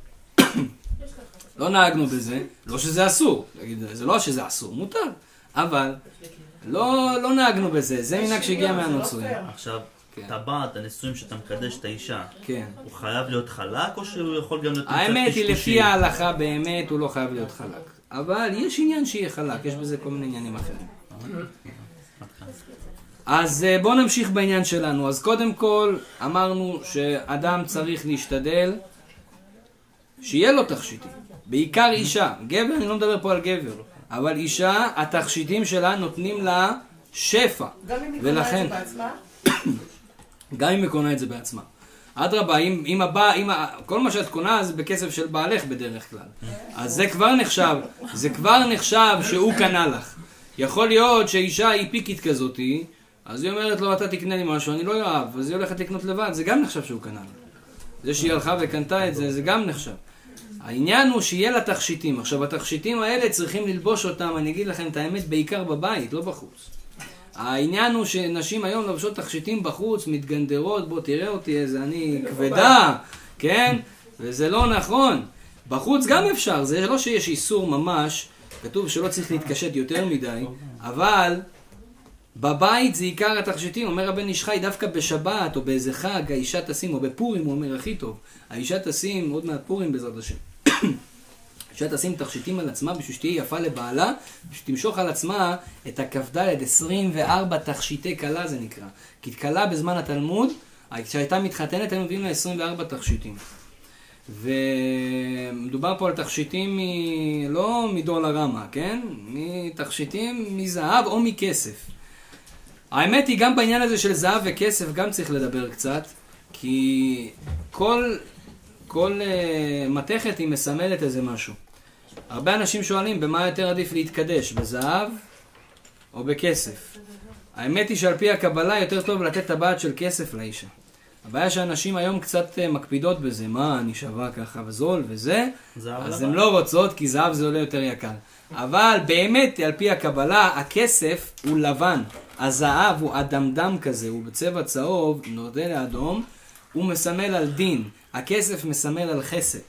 לא נהגנו בזה, לא שזה אסור. זה לא שזה אסור, מותר. אבל לא, לא נהגנו בזה, זה מנהג שהגיע מהנוצרים. עכשיו, טבעת, הנישואים שאתה מקדש את האישה, כן. הוא חייב להיות חלק או שהוא יכול גם להיות קצת האמת היא, קשקושי? לפי ההלכה באמת הוא לא חייב להיות חלק. אבל יש עניין שיהיה חלק, יש בזה כל מיני עניינים אחרים. אז בואו נמשיך בעניין שלנו. אז קודם כל אמרנו שאדם צריך להשתדל שיהיה לו תכשיטים. בעיקר אישה. גבר, אני לא מדבר פה על גבר. אבל אישה, התכשיטים שלה נותנים לה שפע. גם אם היא קונה את זה בעצמה? גם אם היא קונה את זה בעצמה. אדרבה, אם, אם הבא, אם ה... כל מה שאת קונה זה בכסף של בעלך בדרך כלל. אז זה כבר נחשב, זה כבר נחשב שהוא קנה לך. יכול להיות שאישה היא פיקית כזאת, אז היא אומרת לו, אתה תקנה לי משהו, אני לא אוהב, אז היא הולכת לקנות לבד, זה גם נחשב שהוא קנה לה. זה שהיא הלכה וקנתה את זה, זה גם נחשב. העניין הוא שיהיה לה תכשיטים. עכשיו, התכשיטים האלה צריכים ללבוש אותם, אני אגיד לכם את האמת, בעיקר בבית, לא בחוץ. העניין הוא שנשים היום לובשות תכשיטים בחוץ, מתגנדרות, בוא תראה אותי איזה אני כבדה, כן? וזה לא נכון. בחוץ גם אפשר, זה לא שיש איסור ממש, כתוב שלא צריך להתקשט יותר מדי, אבל בבית זה עיקר התכשיטים. אומר הבן איש חי, דווקא בשבת או באיזה חג, האישה תשים, או בפורים, הוא אומר הכי טוב, האישה תשים, עוד מעט פורים בעזרת השם, האישה תשים תכשיטים על עצמה בשביל שתהיה יפה לבעלה, שתמשוך על עצמה את הכ"ד, עשרים וארבע תכשיטי קלה זה נקרא. כי קלה בזמן התלמוד, כשהייתה מתחתנת, הם מביאים לה עשרים וארבע תכשיטים. ומדובר פה על תכשיטים מ... לא מדולר רמה, כן? מתכשיטים מזהב או מכסף. האמת היא, גם בעניין הזה של זהב וכסף גם צריך לדבר קצת, כי כל, כל uh, מתכת היא מסמלת איזה משהו. הרבה אנשים שואלים במה יותר עדיף להתקדש, בזהב או בכסף. האמת היא שעל פי הקבלה יותר טוב לתת טבעת של כסף לאישה. הבעיה שאנשים היום קצת מקפידות בזה, מה, אני שווה ככה וזול וזה, אז הן לא רוצות כי זהב זה עולה יותר יקר. אבל באמת על פי הקבלה הכסף הוא לבן, הזהב הוא אדמדם כזה, הוא בצבע צהוב, נודה לאדום, הוא מסמל על דין, הכסף מסמל על חסד.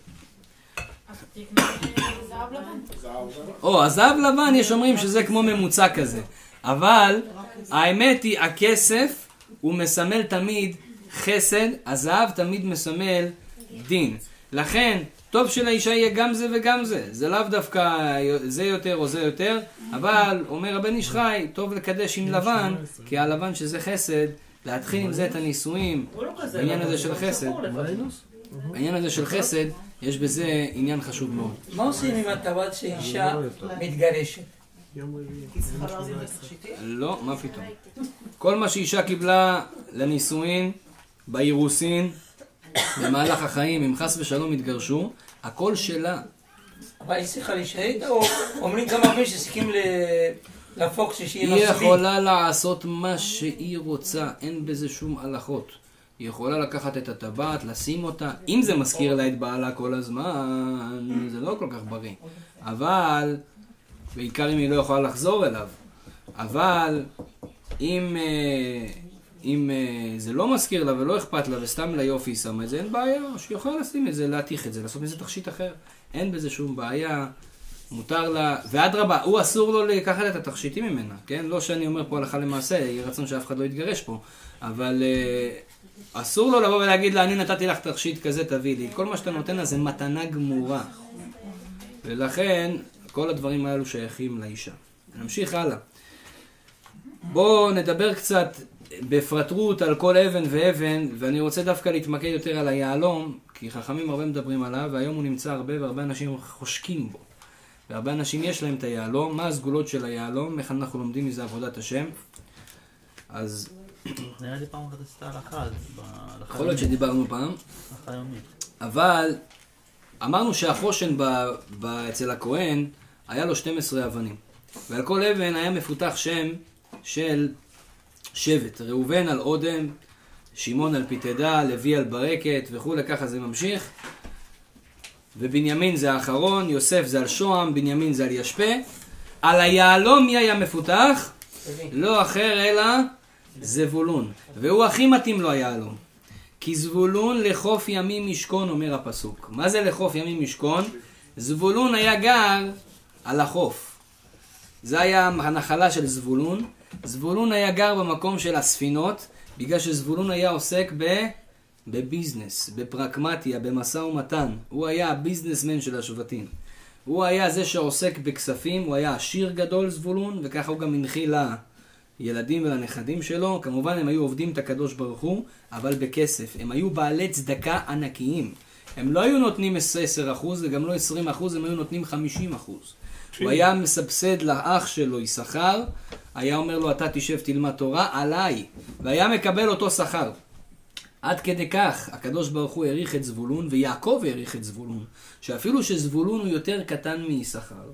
או, הזהב לבן יש אומרים שזה כמו ממוצע כזה, אבל האמת היא הכסף הוא מסמל תמיד חסד, הזהב תמיד מסמל דין. לכן טוב שלאישה יהיה גם זה וגם זה, זה לאו דווקא זה יותר או זה יותר, אבל אומר הבן איש חי, טוב לקדש עם לבן, כי הלבן שזה חסד, להתחיל עם זה את הנישואים, בעניין הזה של חסד, בעניין הזה של חסד, יש בזה עניין חשוב מאוד. מה עושים עם הטבעת שאישה מתגרשת? לא, מה פתאום. כל מה שאישה קיבלה לנישואין, באירוסין, במהלך החיים, אם חס ושלום התגרשו, הכל שלה. אבל היא צריכה להישאר או אומרים כמה פעמים שצריכים להפוך שיהיה היא נוספים? יכולה לעשות מה שהיא רוצה, אין בזה שום הלכות. היא יכולה לקחת את הטבעת, לשים אותה, אם זה מזכיר לה את בעלה כל הזמן, זה לא כל כך בריא. אבל, בעיקר אם היא לא יכולה לחזור אליו, אבל אם, אם זה לא מזכיר לה ולא אכפת לה וסתם ליופי היא שמה את זה, אין בעיה, שהיא יכולה לשים את זה, להתיך את זה, לעשות מזה תכשיט אחר. אין בזה שום בעיה, מותר לה, ואדרבה, הוא אסור לו לקחת את התכשיטים ממנה, כן? לא שאני אומר פה הלכה למעשה, יהיה רצון שאף אחד לא יתגרש פה, אבל uh, אסור לו לבוא ולהגיד לה, אני נתתי לך תכשיט כזה, תביא לי. כל מה שאתה נותן לה זה מתנה גמורה. ולכן, כל הדברים האלו שייכים לאישה. נמשיך הלאה. בואו נדבר קצת בפרטרות על כל אבן ואבן, ואני רוצה דווקא להתמקד יותר על היעלום, כי חכמים הרבה מדברים עליו, והיום הוא נמצא הרבה והרבה אנשים חושקים בו. והרבה אנשים יש להם את היעלום. מה הסגולות של היעלום? איך אנחנו לומדים מזה עבודת השם? אז... נראה לי פעם אחת עשתה הלכה. יכול להיות שדיברנו פעם. הלכה יומית. אבל אמרנו שהחושן ב... ב... אצל הכהן היה לו שתים עשרה אבנים. ועל כל אבן היה מפותח שם של שבט. ראובן על אודם, שמעון על פיתדה, לוי על ברקת וכו', ככה זה ממשיך. ובנימין זה האחרון, יוסף זה על שוהם, בנימין זה על ישפה. על היעלום מי היה מפותח? לא אחר אלא זבולון. והוא הכי מתאים לו היעלום. כי זבולון לחוף ימים משכון, אומר הפסוק. מה זה לחוף ימים משכון? זבולון היה גר על החוף. זה היה הנחלה של זבולון. זבולון היה גר במקום של הספינות, בגלל שזבולון היה עוסק ב... בביזנס, בפרקמטיה, במשא ומתן. הוא היה הביזנסמן של השבטים. הוא היה זה שעוסק בכספים, הוא היה עשיר גדול זבולון, וככה הוא גם הנחיל לילדים ולנכדים שלו. כמובן הם היו עובדים את הקדוש ברוך הוא, אבל בכסף. הם היו בעלי צדקה ענקיים. הם לא היו נותנים עשרה אחוז וגם לא עשרים אחוז, הם היו נותנים חמישים אחוז. הוא היה מסבסד לאח שלו יששכר, היה אומר לו אתה תשב תלמד תורה עליי, והיה מקבל אותו שכר. עד כדי כך הקדוש ברוך הוא העריך את זבולון, ויעקב העריך את זבולון, שאפילו שזבולון הוא יותר קטן מיששכר,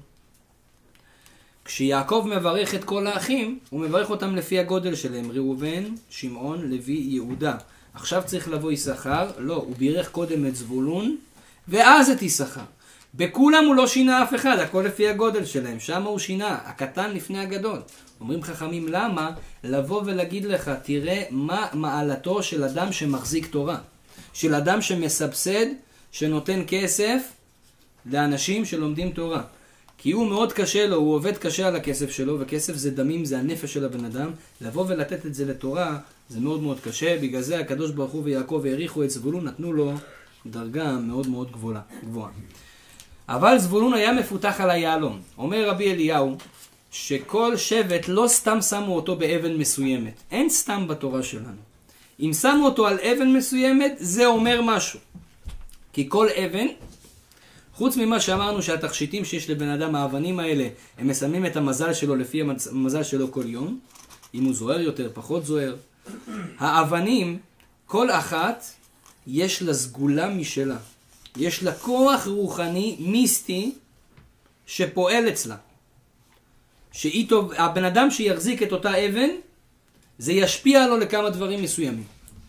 כשיעקב מברך את כל האחים, הוא מברך אותם לפי הגודל שלהם, ראובן, שמעון, לוי, יהודה. עכשיו צריך לבוא יששכר, לא, הוא בירך קודם את זבולון, ואז את יששכר. בכולם הוא לא שינה אף אחד, הכל לפי הגודל שלהם, שם הוא שינה, הקטן לפני הגדול. אומרים חכמים למה? לבוא ולהגיד לך, תראה מה מעלתו של אדם שמחזיק תורה. של אדם שמסבסד, שנותן כסף לאנשים שלומדים תורה. כי הוא מאוד קשה לו, הוא עובד קשה על הכסף שלו, וכסף זה דמים, זה הנפש של הבן אדם. לבוא ולתת את זה לתורה, זה מאוד מאוד קשה. בגלל זה הקדוש ברוך הוא ויעקב העריכו את זבולון, נתנו לו דרגה מאוד מאוד גבוהה. גבוהה. אבל זבולון היה מפותח על היעלום. אומר רבי אליהו, שכל שבט לא סתם שמו אותו באבן מסוימת. אין סתם בתורה שלנו. אם שמו אותו על אבן מסוימת, זה אומר משהו. כי כל אבן, חוץ ממה שאמרנו שהתכשיטים שיש לבן אדם, האבנים האלה, הם מסמלים את המזל שלו לפי המזל שלו כל יום. אם הוא זוהר יותר, פחות זוהר. האבנים, כל אחת, יש לה סגולה משלה. יש לה כוח רוחני, מיסטי, שפועל אצלה. שאיתו, הבן אדם שיחזיק את אותה אבן, זה ישפיע לו לכמה דברים מסוימים.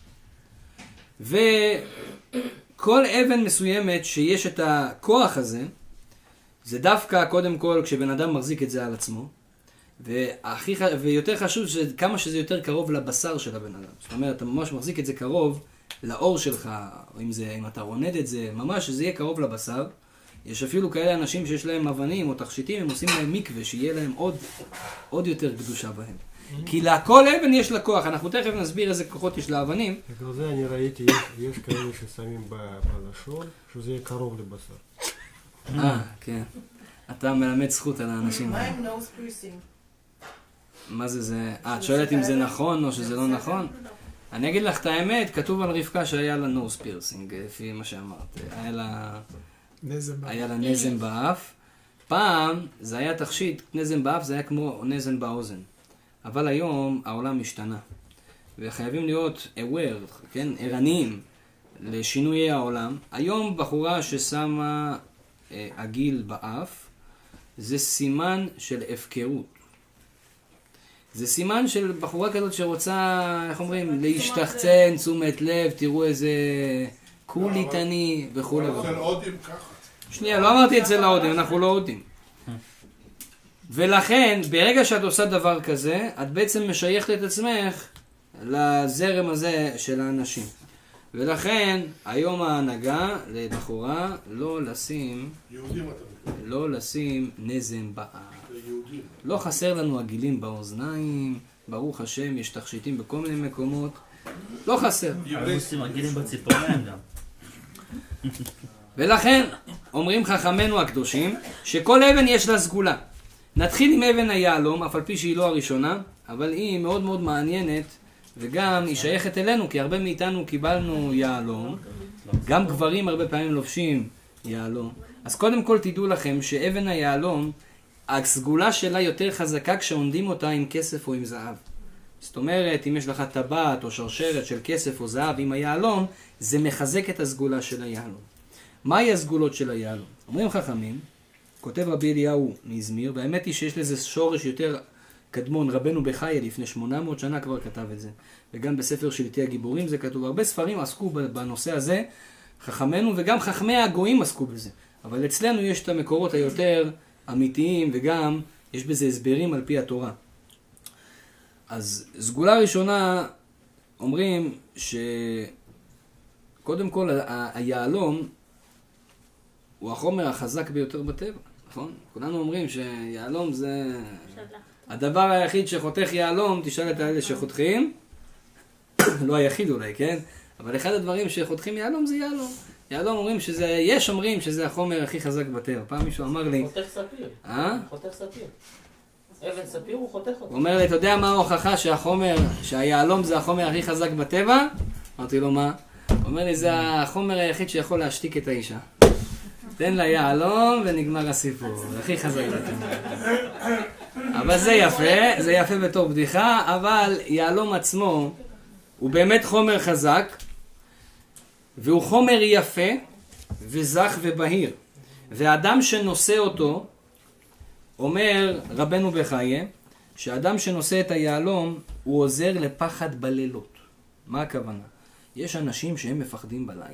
וכל אבן מסוימת שיש את הכוח הזה, זה דווקא קודם כל כשבן אדם מחזיק את זה על עצמו, והכי, ויותר חשוב כמה שזה יותר קרוב לבשר של הבן אדם. זאת אומרת, אתה ממש מחזיק את זה קרוב לאור שלך, או אם, זה, אם אתה רונד את זה, ממש שזה יהיה קרוב לבשר. יש אפילו כאלה אנשים שיש להם אבנים או תכשיטים, הם עושים להם מקווה, שיהיה להם עוד, עוד יותר קדושה בהם. כי לכל אבן יש לה כוח, אנחנו תכף נסביר איזה כוחות יש לאבנים. בגלל זה אני ראיתי, יש, יש כאלה ששמים בלשון, שזה יהיה קרוב לבשר. אה, כן. אתה מלמד זכות על האנשים. מה עם נוז פירסינג? מה זה זה? אה, את שואלת אם זה נכון או שזה לא נכון? אני אגיד לך את האמת, כתוב על רבקה שהיה לה נוז פירסינג, לפי מה שאמרת. היה לה... נזם באף. היה לה נזם באף. פעם זה היה תכשיט, נזם באף זה היה כמו נזם באוזן. אבל היום העולם משתנה. וחייבים להיות aware, כן, ערניים לשינויי העולם. היום בחורה ששמה אה, עגיל באף, זה סימן של הפקרות. זה סימן של בחורה כזאת שרוצה, איך אומרים, להשתחצן, תשומת לב, תראו איזה קוליטני וכו' וכו'. אוכל הודים ככה. שנייה, לא אמרתי את זה להודים, אנחנו לא הודים. ולכן, ברגע שאת עושה דבר כזה, את בעצם משייכת את עצמך לזרם הזה של האנשים. ולכן, היום ההנהגה לבחורה לא לשים, יהודים אתה מתכוון. לא לשים נזם באף. ליהודים. לא חסר לנו עגילים באוזניים, ברוך השם, יש תכשיטים בכל מיני מקומות, לא חסר. אבל עושים עגילים בציפורניים גם. ולכן, אומרים חכמינו הקדושים, שכל אבן יש לה סגולה. נתחיל עם אבן היהלום, אף על פי שהיא לא הראשונה, אבל היא מאוד מאוד מעניינת, וגם היא שייכת אלינו, כי הרבה מאיתנו קיבלנו יהלום, גם גברים הרבה פעמים לובשים יהלום. אז קודם כל תדעו לכם שאבן היהלום, הסגולה שלה יותר חזקה כשעונדים אותה עם כסף או עם זהב. זאת אומרת, אם יש לך טבעת או שרשרת של כסף או זהב עם היהלום, זה מחזק את הסגולה של היהלום. מהי הסגולות של היהלום? אומרים חכמים, כותב רבי אליהו מאזמיר, והאמת היא שיש לזה שורש יותר קדמון, רבנו בחייה לפני שמונה מאות שנה כבר כתב את זה, וגם בספר שלטי הגיבורים זה כתוב. הרבה ספרים עסקו בנושא הזה, חכמינו וגם חכמי הגויים עסקו בזה, אבל אצלנו יש את המקורות היותר אמיתיים, וגם יש בזה הסברים על פי התורה. אז סגולה ראשונה, אומרים שקודם כל היהלום הוא החומר החזק ביותר בטבע, נכון? כולנו אומרים שיהלום זה הדבר היחיד שחותך יהלום, תשאל את האלה שחותכים, לא היחיד אולי, כן? אבל אחד הדברים שחותכים יהלום זה יהלום. יהלום אומרים שזה, יש אומרים שזה החומר הכי חזק בטבע. פעם מישהו אמר לי... חותך ספיר. אה? חותך ספיר. אבן ספיר הוא חותך אותו. הוא אומר לי, אתה יודע מה ההוכחה שהחומר, שהיהלום זה החומר הכי חזק בטבע? אמרתי לו, מה? הוא אומר לי, זה החומר היחיד שיכול להשתיק את האישה. תן לה יהלום ונגמר הסיפור. זה הכי חזק בטבע. אבל זה יפה, זה יפה בתור בדיחה, אבל יהלום עצמו הוא באמת חומר חזק, והוא חומר יפה וזך ובהיר. והאדם שנושא אותו, אומר רבנו בחייה, שהאדם שנושא את היהלום הוא עוזר לפחד בלילות. מה הכוונה? יש אנשים שהם מפחדים בלילה.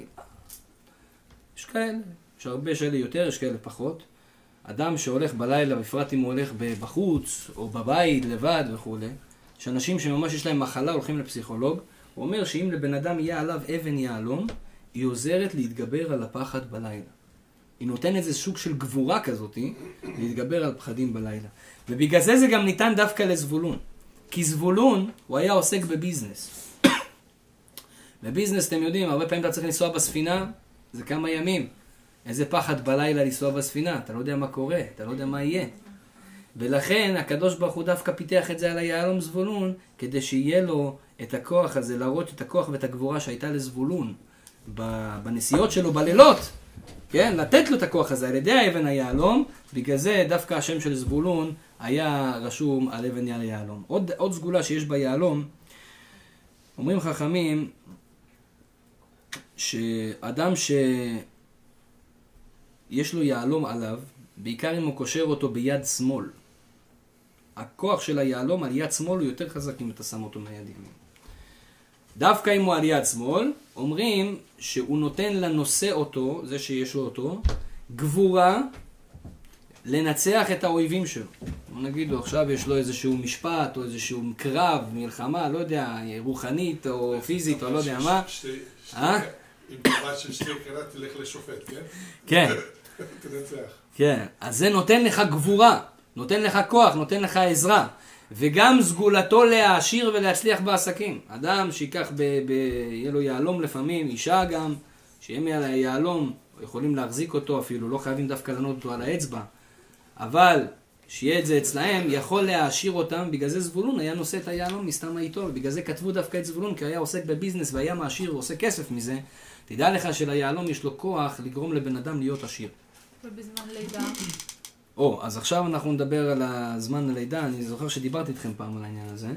יש כאלה, יש הרבה שאלה יותר, יש כאלה פחות. אדם שהולך בלילה, בפרט אם הוא הולך בחוץ או בבית לבד וכו', יש אנשים שממש יש להם מחלה, הולכים לפסיכולוג, הוא אומר שאם לבן אדם יהיה עליו אבן יהלום, היא עוזרת להתגבר על הפחד בלילה. היא נותנת איזה סוג של גבורה כזאת, להתגבר על פחדים בלילה. ובגלל זה זה גם ניתן דווקא לזבולון. כי זבולון, הוא היה עוסק בביזנס. בביזנס, אתם יודעים, הרבה פעמים אתה צריך לנסוע בספינה, זה כמה ימים. איזה פחד בלילה לנסוע בספינה, אתה לא יודע מה קורה, אתה לא יודע מה יהיה. ולכן הקדוש ברוך הוא דווקא פיתח את זה על היהלום זבולון, כדי שיהיה לו את הכוח הזה, להראות את הכוח ואת הגבורה שהייתה לזבולון בנסיעות שלו בלילות. כן, לתת לו את הכוח הזה על ידי האבן היהלום, בגלל זה דווקא השם של זבולון היה רשום על אבן היהלום. עוד, עוד סגולה שיש ביהלום, אומרים חכמים, שאדם שיש לו יהלום עליו, בעיקר אם הוא קושר אותו ביד שמאל, הכוח של היהלום על יד שמאל הוא יותר חזק אם אתה שם אותו מיד ימין. דווקא אם הוא על יד שמאל, אומרים שהוא נותן לנושא אותו, זה שיש לו אותו, גבורה לנצח את האויבים שלו. נגידו, עכשיו יש לו איזשהו משפט או איזשהו קרב, מלחמה, לא יודע, רוחנית או פיזית או לא יודע מה. אה? אם תלת של שתי קראת תלך לשופט, כן? כן. תנצח. כן. אז זה נותן לך גבורה, נותן לך כוח, נותן לך עזרה. וגם סגולתו להעשיר ולהצליח בעסקים. אדם שיקח, ב, ב, יהיה לו יהלום לפעמים, אישה גם, שהם יהלום, יכולים להחזיק אותו אפילו, לא חייבים דווקא לנות אותו על האצבע, אבל שיהיה את זה אצלהם, יכול להעשיר אותם, בגלל זה זבולון היה נושא את היהלום מסתם העיתו, ובגלל זה כתבו דווקא את זבולון, כי היה עוסק בביזנס והיה מעשיר ועושה כסף מזה. תדע לך שליהלום יש לו כוח לגרום לבן אדם להיות עשיר. ובזמן לידה? או, אז עכשיו אנחנו נדבר על הזמן הלידה, אני זוכר שדיברתי איתכם פעם על העניין הזה.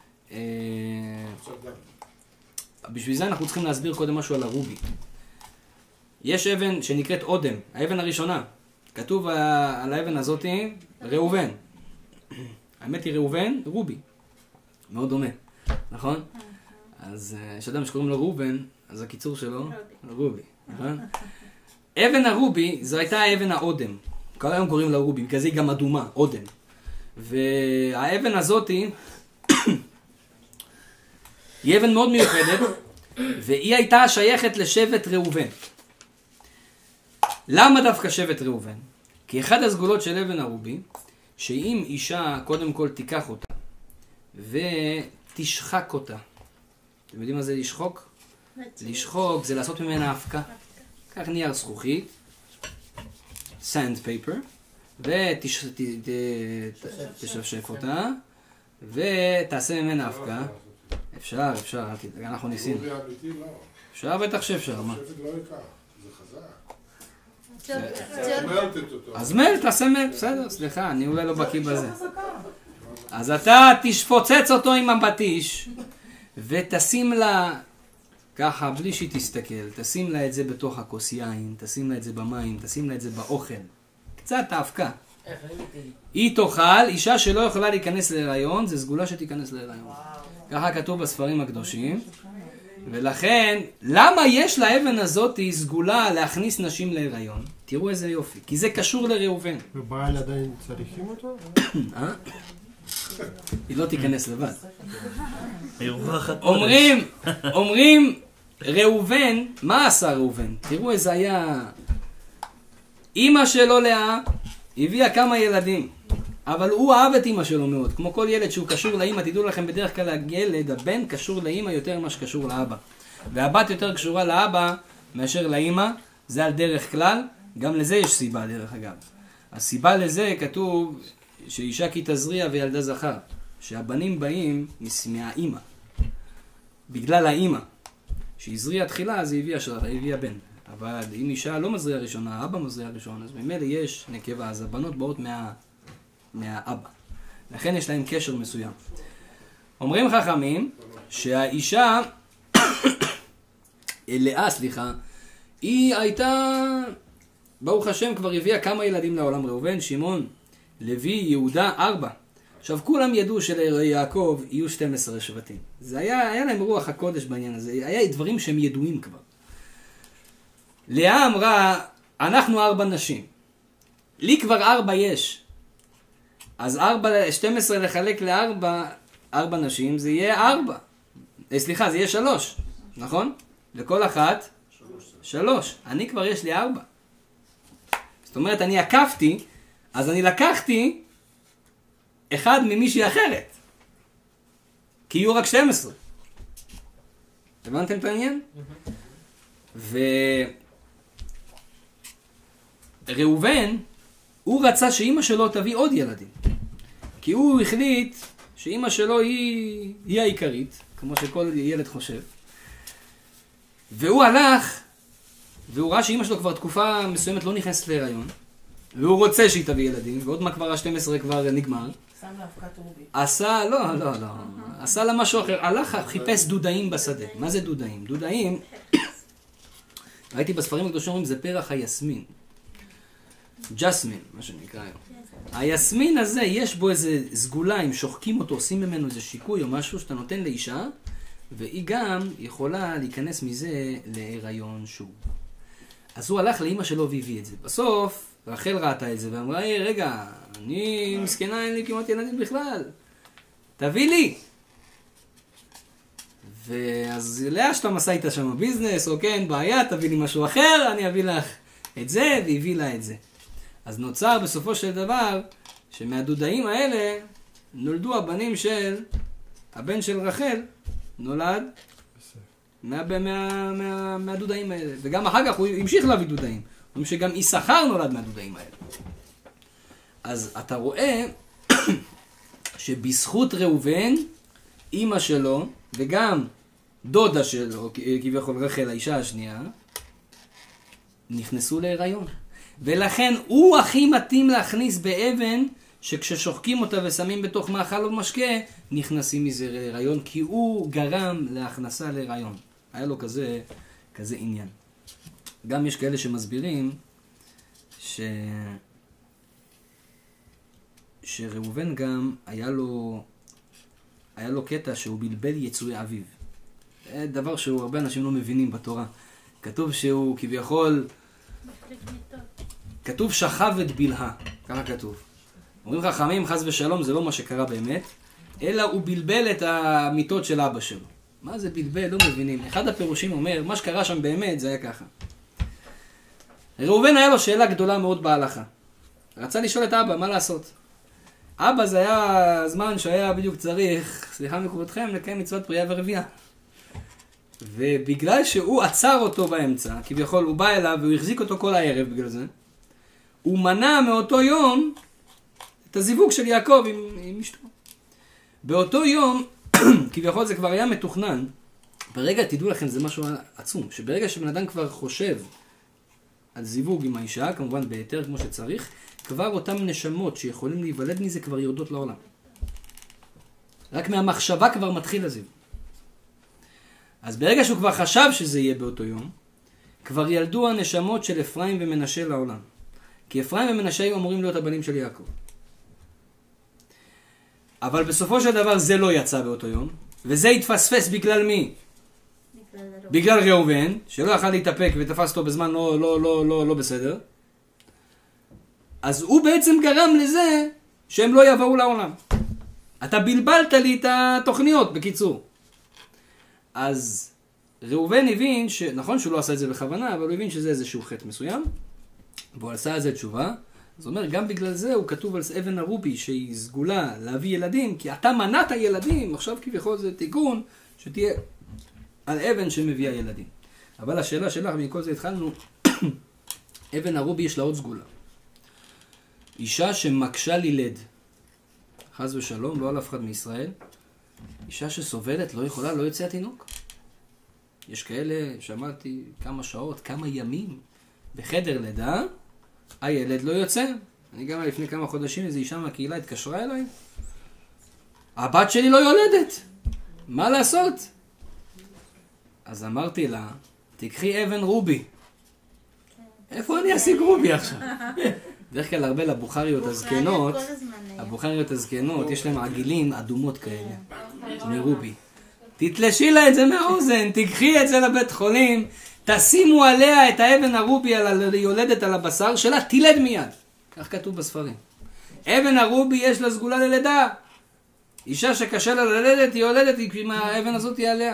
בשביל זה אנחנו צריכים להסביר קודם משהו על הרובי. יש אבן שנקראת אודם, האבן הראשונה. כתוב על האבן הזאת ראובן. האמת היא ראובן, רובי. מאוד דומה, נכון? אז יש אדם שקוראים לו ראובן, אז הקיצור שלו, רובי. נכון? אבן הרובי, זו הייתה האבן האודם. כל היום קוראים לה רובי, בגלל זה היא גם אדומה, אודם. והאבן הזאת היא אבן מאוד מיוחדת, והיא הייתה שייכת לשבט ראובן. למה דווקא שבט ראובן? כי אחד הסגולות של אבן ערובי, שאם אישה קודם כל תיקח אותה ותשחק אותה. אתם יודעים מה זה לשחוק? לשחוק זה לעשות ממנה אבקה. קח נייר זכוכית, סנד פייפר, ותשפשף אותה, ותעשה ממנה אבקה. אפשר, אפשר, אנחנו ניסינו. רובי אמיתי לא. אפשר בטח שאפשר, מה? שבט לא יקח, זה חזק. קצת- מלטת אותו. אז מל, תעשה מל, בסדר, סליחה, אני אולי לא בקיא בזה. אז אתה תשפוצץ אותו עם הפטיש, ותשים לה, ככה, בלי שהיא תסתכל, תשים לה את זה בתוך הכוס יין, תשים לה את זה במים, תשים לה את זה באוכל. קצת האבקה. היא תאכל, אישה שלא יכולה להיכנס להיריון, זה סגולה שתיכנס להיריון. ככה כתוב בספרים הקדושים. ולכן, למה יש לאבן הזאת סגולה להכניס נשים להיריון? תראו איזה יופי, כי זה קשור לראובן. ובעל עדיין צריכים אותו? אה? היא לא תיכנס לבד. מרווח הקודש. אומרים, אומרים, ראובן, מה עשה ראובן? תראו איזה היה... אמא שלו לאה הביאה כמה ילדים, אבל הוא אהב את אמא שלו מאוד. כמו כל ילד שהוא קשור לאמא, תדעו לכם, בדרך כלל הילד, הבן קשור לאמא יותר ממה שקשור לאבא. והבת יותר קשורה לאבא מאשר לאמא, זה על דרך כלל, גם לזה יש סיבה דרך אגב. הסיבה לזה כתוב שאישה כי תזריע וילדה זכר, שהבנים באים מהאמא, בגלל האמא. שהזריעה תחילה אז היא הביאה, הביאה בן. אבל אם אישה לא מזריעה ראשונה, האבא מזריע ראשון, אז ממילא יש נקבה, אז הבנות באות מה, מהאבא. לכן יש להם קשר מסוים. אומרים חכמים שהאישה, לאה סליחה, היא הייתה, ברוך השם, כבר הביאה כמה ילדים לעולם, ראובן, שמעון, לוי, יהודה, ארבע. עכשיו כולם ידעו שליעקב יהיו שתים עשרה שבטים. זה היה, היה להם רוח הקודש בעניין הזה, היה דברים שהם ידועים כבר. לאה אמרה, אנחנו ארבע נשים. לי כבר ארבע יש. אז ארבע, שתים עשרה לחלק לארבע, ארבע נשים, זה יהיה ארבע. סליחה, זה יהיה שלוש. נכון? לכל אחת, שלוש. אני כבר יש לי ארבע. זאת אומרת, אני עקפתי, אז אני לקחתי אחד ממישהי אחרת. כי יהיו רק שתים עשרה. הבנתם את העניין? ו... ראובן, הוא רצה שאמא שלו תביא עוד ילדים. כי הוא החליט שאמא שלו היא, היא העיקרית, כמו שכל ילד חושב. והוא הלך, והוא ראה שאמא שלו כבר תקופה מסוימת לא נכנסת להיריון, והוא רוצה שהיא תביא ילדים, ועוד מה כבר ה-שתים עשרה כבר נגמר. שם לאבקת רובי. עשה, לא, לא, לא, עשה לה משהו אחר, הלך, חיפש דודאים בשדה. מה זה דודאים? דודאים, ראיתי בספרים הקדושים אומרים, זה פרח היסמין. ג'סמין, מה שנקרא היום. היסמין הזה, יש בו איזה סגולה, אם שוחקים אותו, עושים ממנו איזה שיקוי או משהו שאתה נותן לאישה, והיא גם יכולה להיכנס מזה להיריון שוב. אז הוא הלך לאמא שלו והביא את זה. בסוף, רחל ראתה את זה ואמרה, היי, רגע, אני מסכנה, אין לי כמעט ילדים בכלל. תביא לי. ואז לאה שאתה מסע איתה שם ביזנס, או כן, בעיה, תביא לי משהו אחר, אני אביא לך את זה, והביא לה את זה. אז נוצר בסופו של דבר, שמהדודאים האלה, נולדו הבנים של, הבן של רחל, נולד מה, מה, מה, מהדודאים האלה. וגם אחר כך הוא המשיך להביא דודאים. אומרים שגם יששכר נולד מהדודאים האלה. אז אתה רואה שבזכות ראובן, אמא שלו, וגם דודה שלו, כביכול רחל, האישה השנייה, נכנסו להיריון. ולכן הוא הכי מתאים להכניס באבן, שכששוחקים אותה ושמים בתוך מאכל או משקה, נכנסים מזה להיריון, כי הוא גרם להכנסה להיריון. היה לו כזה, כזה עניין. גם יש כאלה שמסבירים ש... שראובן גם היה לו, היה לו קטע שהוא בלבל יצואי אביו. זה דבר שהוא הרבה אנשים לא מבינים בתורה. כתוב שהוא כביכול, כתוב שכב את בלהה, ככה כתוב. אומרים חכמים, חס ושלום, זה לא מה שקרה באמת, אלא הוא בלבל את המיטות של אבא שלו. מה זה בלבל? לא מבינים. אחד הפירושים אומר, מה שקרה שם באמת זה היה ככה. ראובן היה לו שאלה גדולה מאוד בהלכה. רצה לשאול את אבא, מה לעשות? אבא זה היה זמן שהיה בדיוק צריך, סליחה מכבודכם, לקיים מצוות פרייה ורבייה. ובגלל שהוא עצר אותו באמצע, כביכול הוא בא אליו והוא החזיק אותו כל הערב בגלל זה, הוא מנע מאותו יום את הזיווג של יעקב עם, עם אשתו. באותו יום, כביכול זה כבר היה מתוכנן, ברגע, תדעו לכם, זה משהו עצום, שברגע שבן אדם כבר חושב על זיווג עם האישה, כמובן ביתר כמו שצריך, כבר אותם נשמות שיכולים להיוולד מזה כבר יורדות לעולם. רק מהמחשבה כבר מתחיל הזיווג. אז ברגע שהוא כבר חשב שזה יהיה באותו יום, כבר ילדו הנשמות של אפרים ומנשה לעולם. כי אפרים ומנשה היו אמורים להיות הבנים של יעקב. אבל בסופו של דבר זה לא יצא באותו יום, וזה התפספס בגלל מי? בגלל ראובן, שלא יכל להתאפק ותפס אותו בזמן לא, לא, לא, לא, לא בסדר. אז הוא בעצם גרם לזה שהם לא יבואו לעולם. אתה בלבלת לי את התוכניות, בקיצור. אז ראובן הבין, ש... נכון שהוא לא עשה את זה בכוונה, אבל הוא הבין שזה איזשהו חטא מסוים, והוא עשה את זה תשובה. זאת אומרת, גם בגלל זה הוא כתוב על אבן הרובי שהיא סגולה להביא ילדים, כי אתה מנעת ילדים, עכשיו כביכול זה תיקון שתהיה על אבן שמביאה ילדים. אבל השאלה שלך, מכל זה התחלנו, אבן הרובי יש לה עוד סגולה. אישה שמקשה לילד, חס ושלום, לא על אף אחד מישראל, אישה שסובלת, לא יכולה, לא יוצא התינוק. יש כאלה, שמעתי כמה שעות, כמה ימים, בחדר לידה, הילד לא יוצא. אני גם לפני כמה חודשים, איזו אישה מהקהילה התקשרה אליי. הבת שלי לא יולדת. מה לעשות? אז אמרתי לה, תקחי אבן רובי. איפה אני אשיג רובי עכשיו? דרך כלל הרבה לבוכריות הזקנות, הבוכריות הזקנות, יש להם עגילים אדומות כאלה, מרובי. תתלשי לה את זה מהאוזן, תקחי את זה לבית חולים, תשימו עליה את האבן הרובי על היולדת על הבשר שלה, תילד מיד. כך כתוב בספרים. אבן הרובי יש לה סגולה ללידה. אישה שקשה לה ללדת, היא יולדת, עם האבן הזאת היא עליה.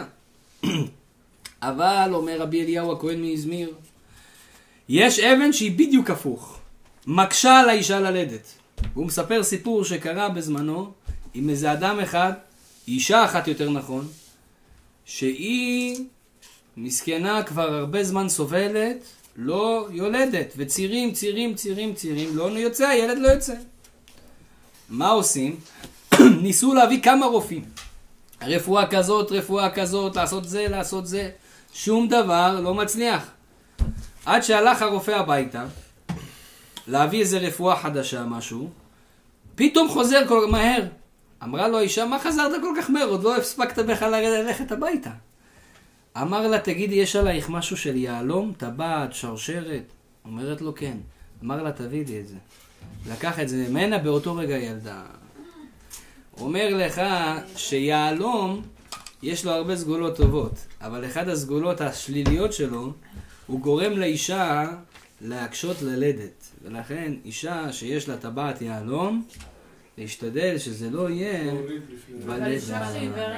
אבל, אומר רבי אליהו הכהן מאזמיר, יש אבן שהיא בדיוק הפוך. מקשה על האישה ללדת. הוא מספר סיפור שקרה בזמנו עם איזה אדם אחד, אישה אחת יותר נכון, שהיא מסכנה כבר הרבה זמן סובלת, לא יולדת, וצירים, צירים, צירים, צירים, לא יוצא, הילד לא יוצא. מה עושים? ניסו להביא כמה רופאים. רפואה כזאת, רפואה כזאת, לעשות זה, לעשות זה. שום דבר לא מצליח. עד שהלך הרופא הביתה, להביא איזה רפואה חדשה, משהו, פתאום חוזר כל מהר. אמרה לו האישה, מה חזרת כל כך מהר? עוד לא הספקת בכלל ללכת הביתה. אמר לה, תגידי, יש עלייך משהו של יעלום, טבעת, שרשרת? אומרת לו, כן. אמר לה, תביא לי את זה. לקח את זה ממנה, באותו רגע ילדה. אומר לך שיעלום, יש לו הרבה סגולות טובות, אבל אחד הסגולות השליליות שלו, הוא גורם לאישה להקשות ללדת. ולכן, אישה שיש לה טבעת יעלום, להשתדל שזה לא יהיה בלידה.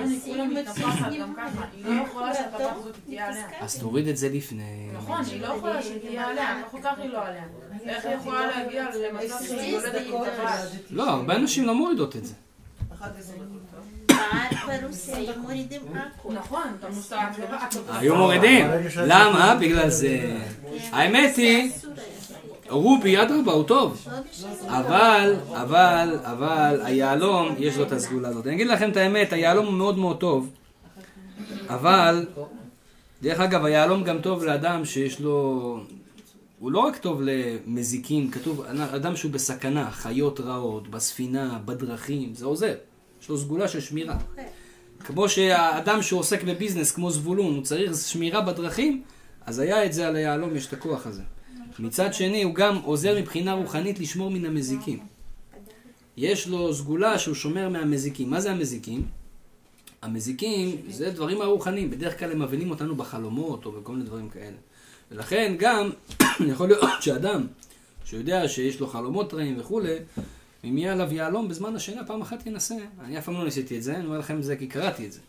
אז תוריד את זה לפני. נכון, היא לא יכולה שתהיה עליה, איך כך היא לא עליה? איך היא יכולה להגיע למצב שהיא יולדת עם טבעת? לא, הרבה אנשים לא מורידות את זה. נכון, אתה מוסתעת. היו מורידים. למה? בגלל זה. האמת היא, רובי אדרבה הוא טוב, אבל, אבל, אבל, היעלום יש לו את הסגולה הזאת. אני אגיד לכם את האמת, היעלום הוא מאוד מאוד טוב, אבל, דרך אגב, היעלום גם טוב לאדם שיש לו, הוא לא רק טוב למזיקים, כתוב, אדם שהוא בסכנה, חיות רעות, בספינה, בדרכים, זה עוזר. יש לו סגולה של שמירה. כמו שהאדם שהוא עוסק בביזנס, כמו זבולון, הוא צריך שמירה בדרכים, אז היה את זה על היעלום, יש את הכוח הזה. מצד שני, הוא גם עוזר מבחינה רוחנית לשמור מן המזיקים. יש לו סגולה שהוא שומר מהמזיקים. מה זה המזיקים? המזיקים זה דברים הרוחניים. בדרך כלל הם מבינים אותנו בחלומות או בכל מיני דברים כאלה. ולכן גם יכול להיות שאדם שיודע שיש לו חלומות רעים וכו', אם יהיה עליו יעלום בזמן השינה, פעם אחת ינסה. אני אף פעם לא ניסיתי את זה, אני אומר לכם זה כי קראתי את זה.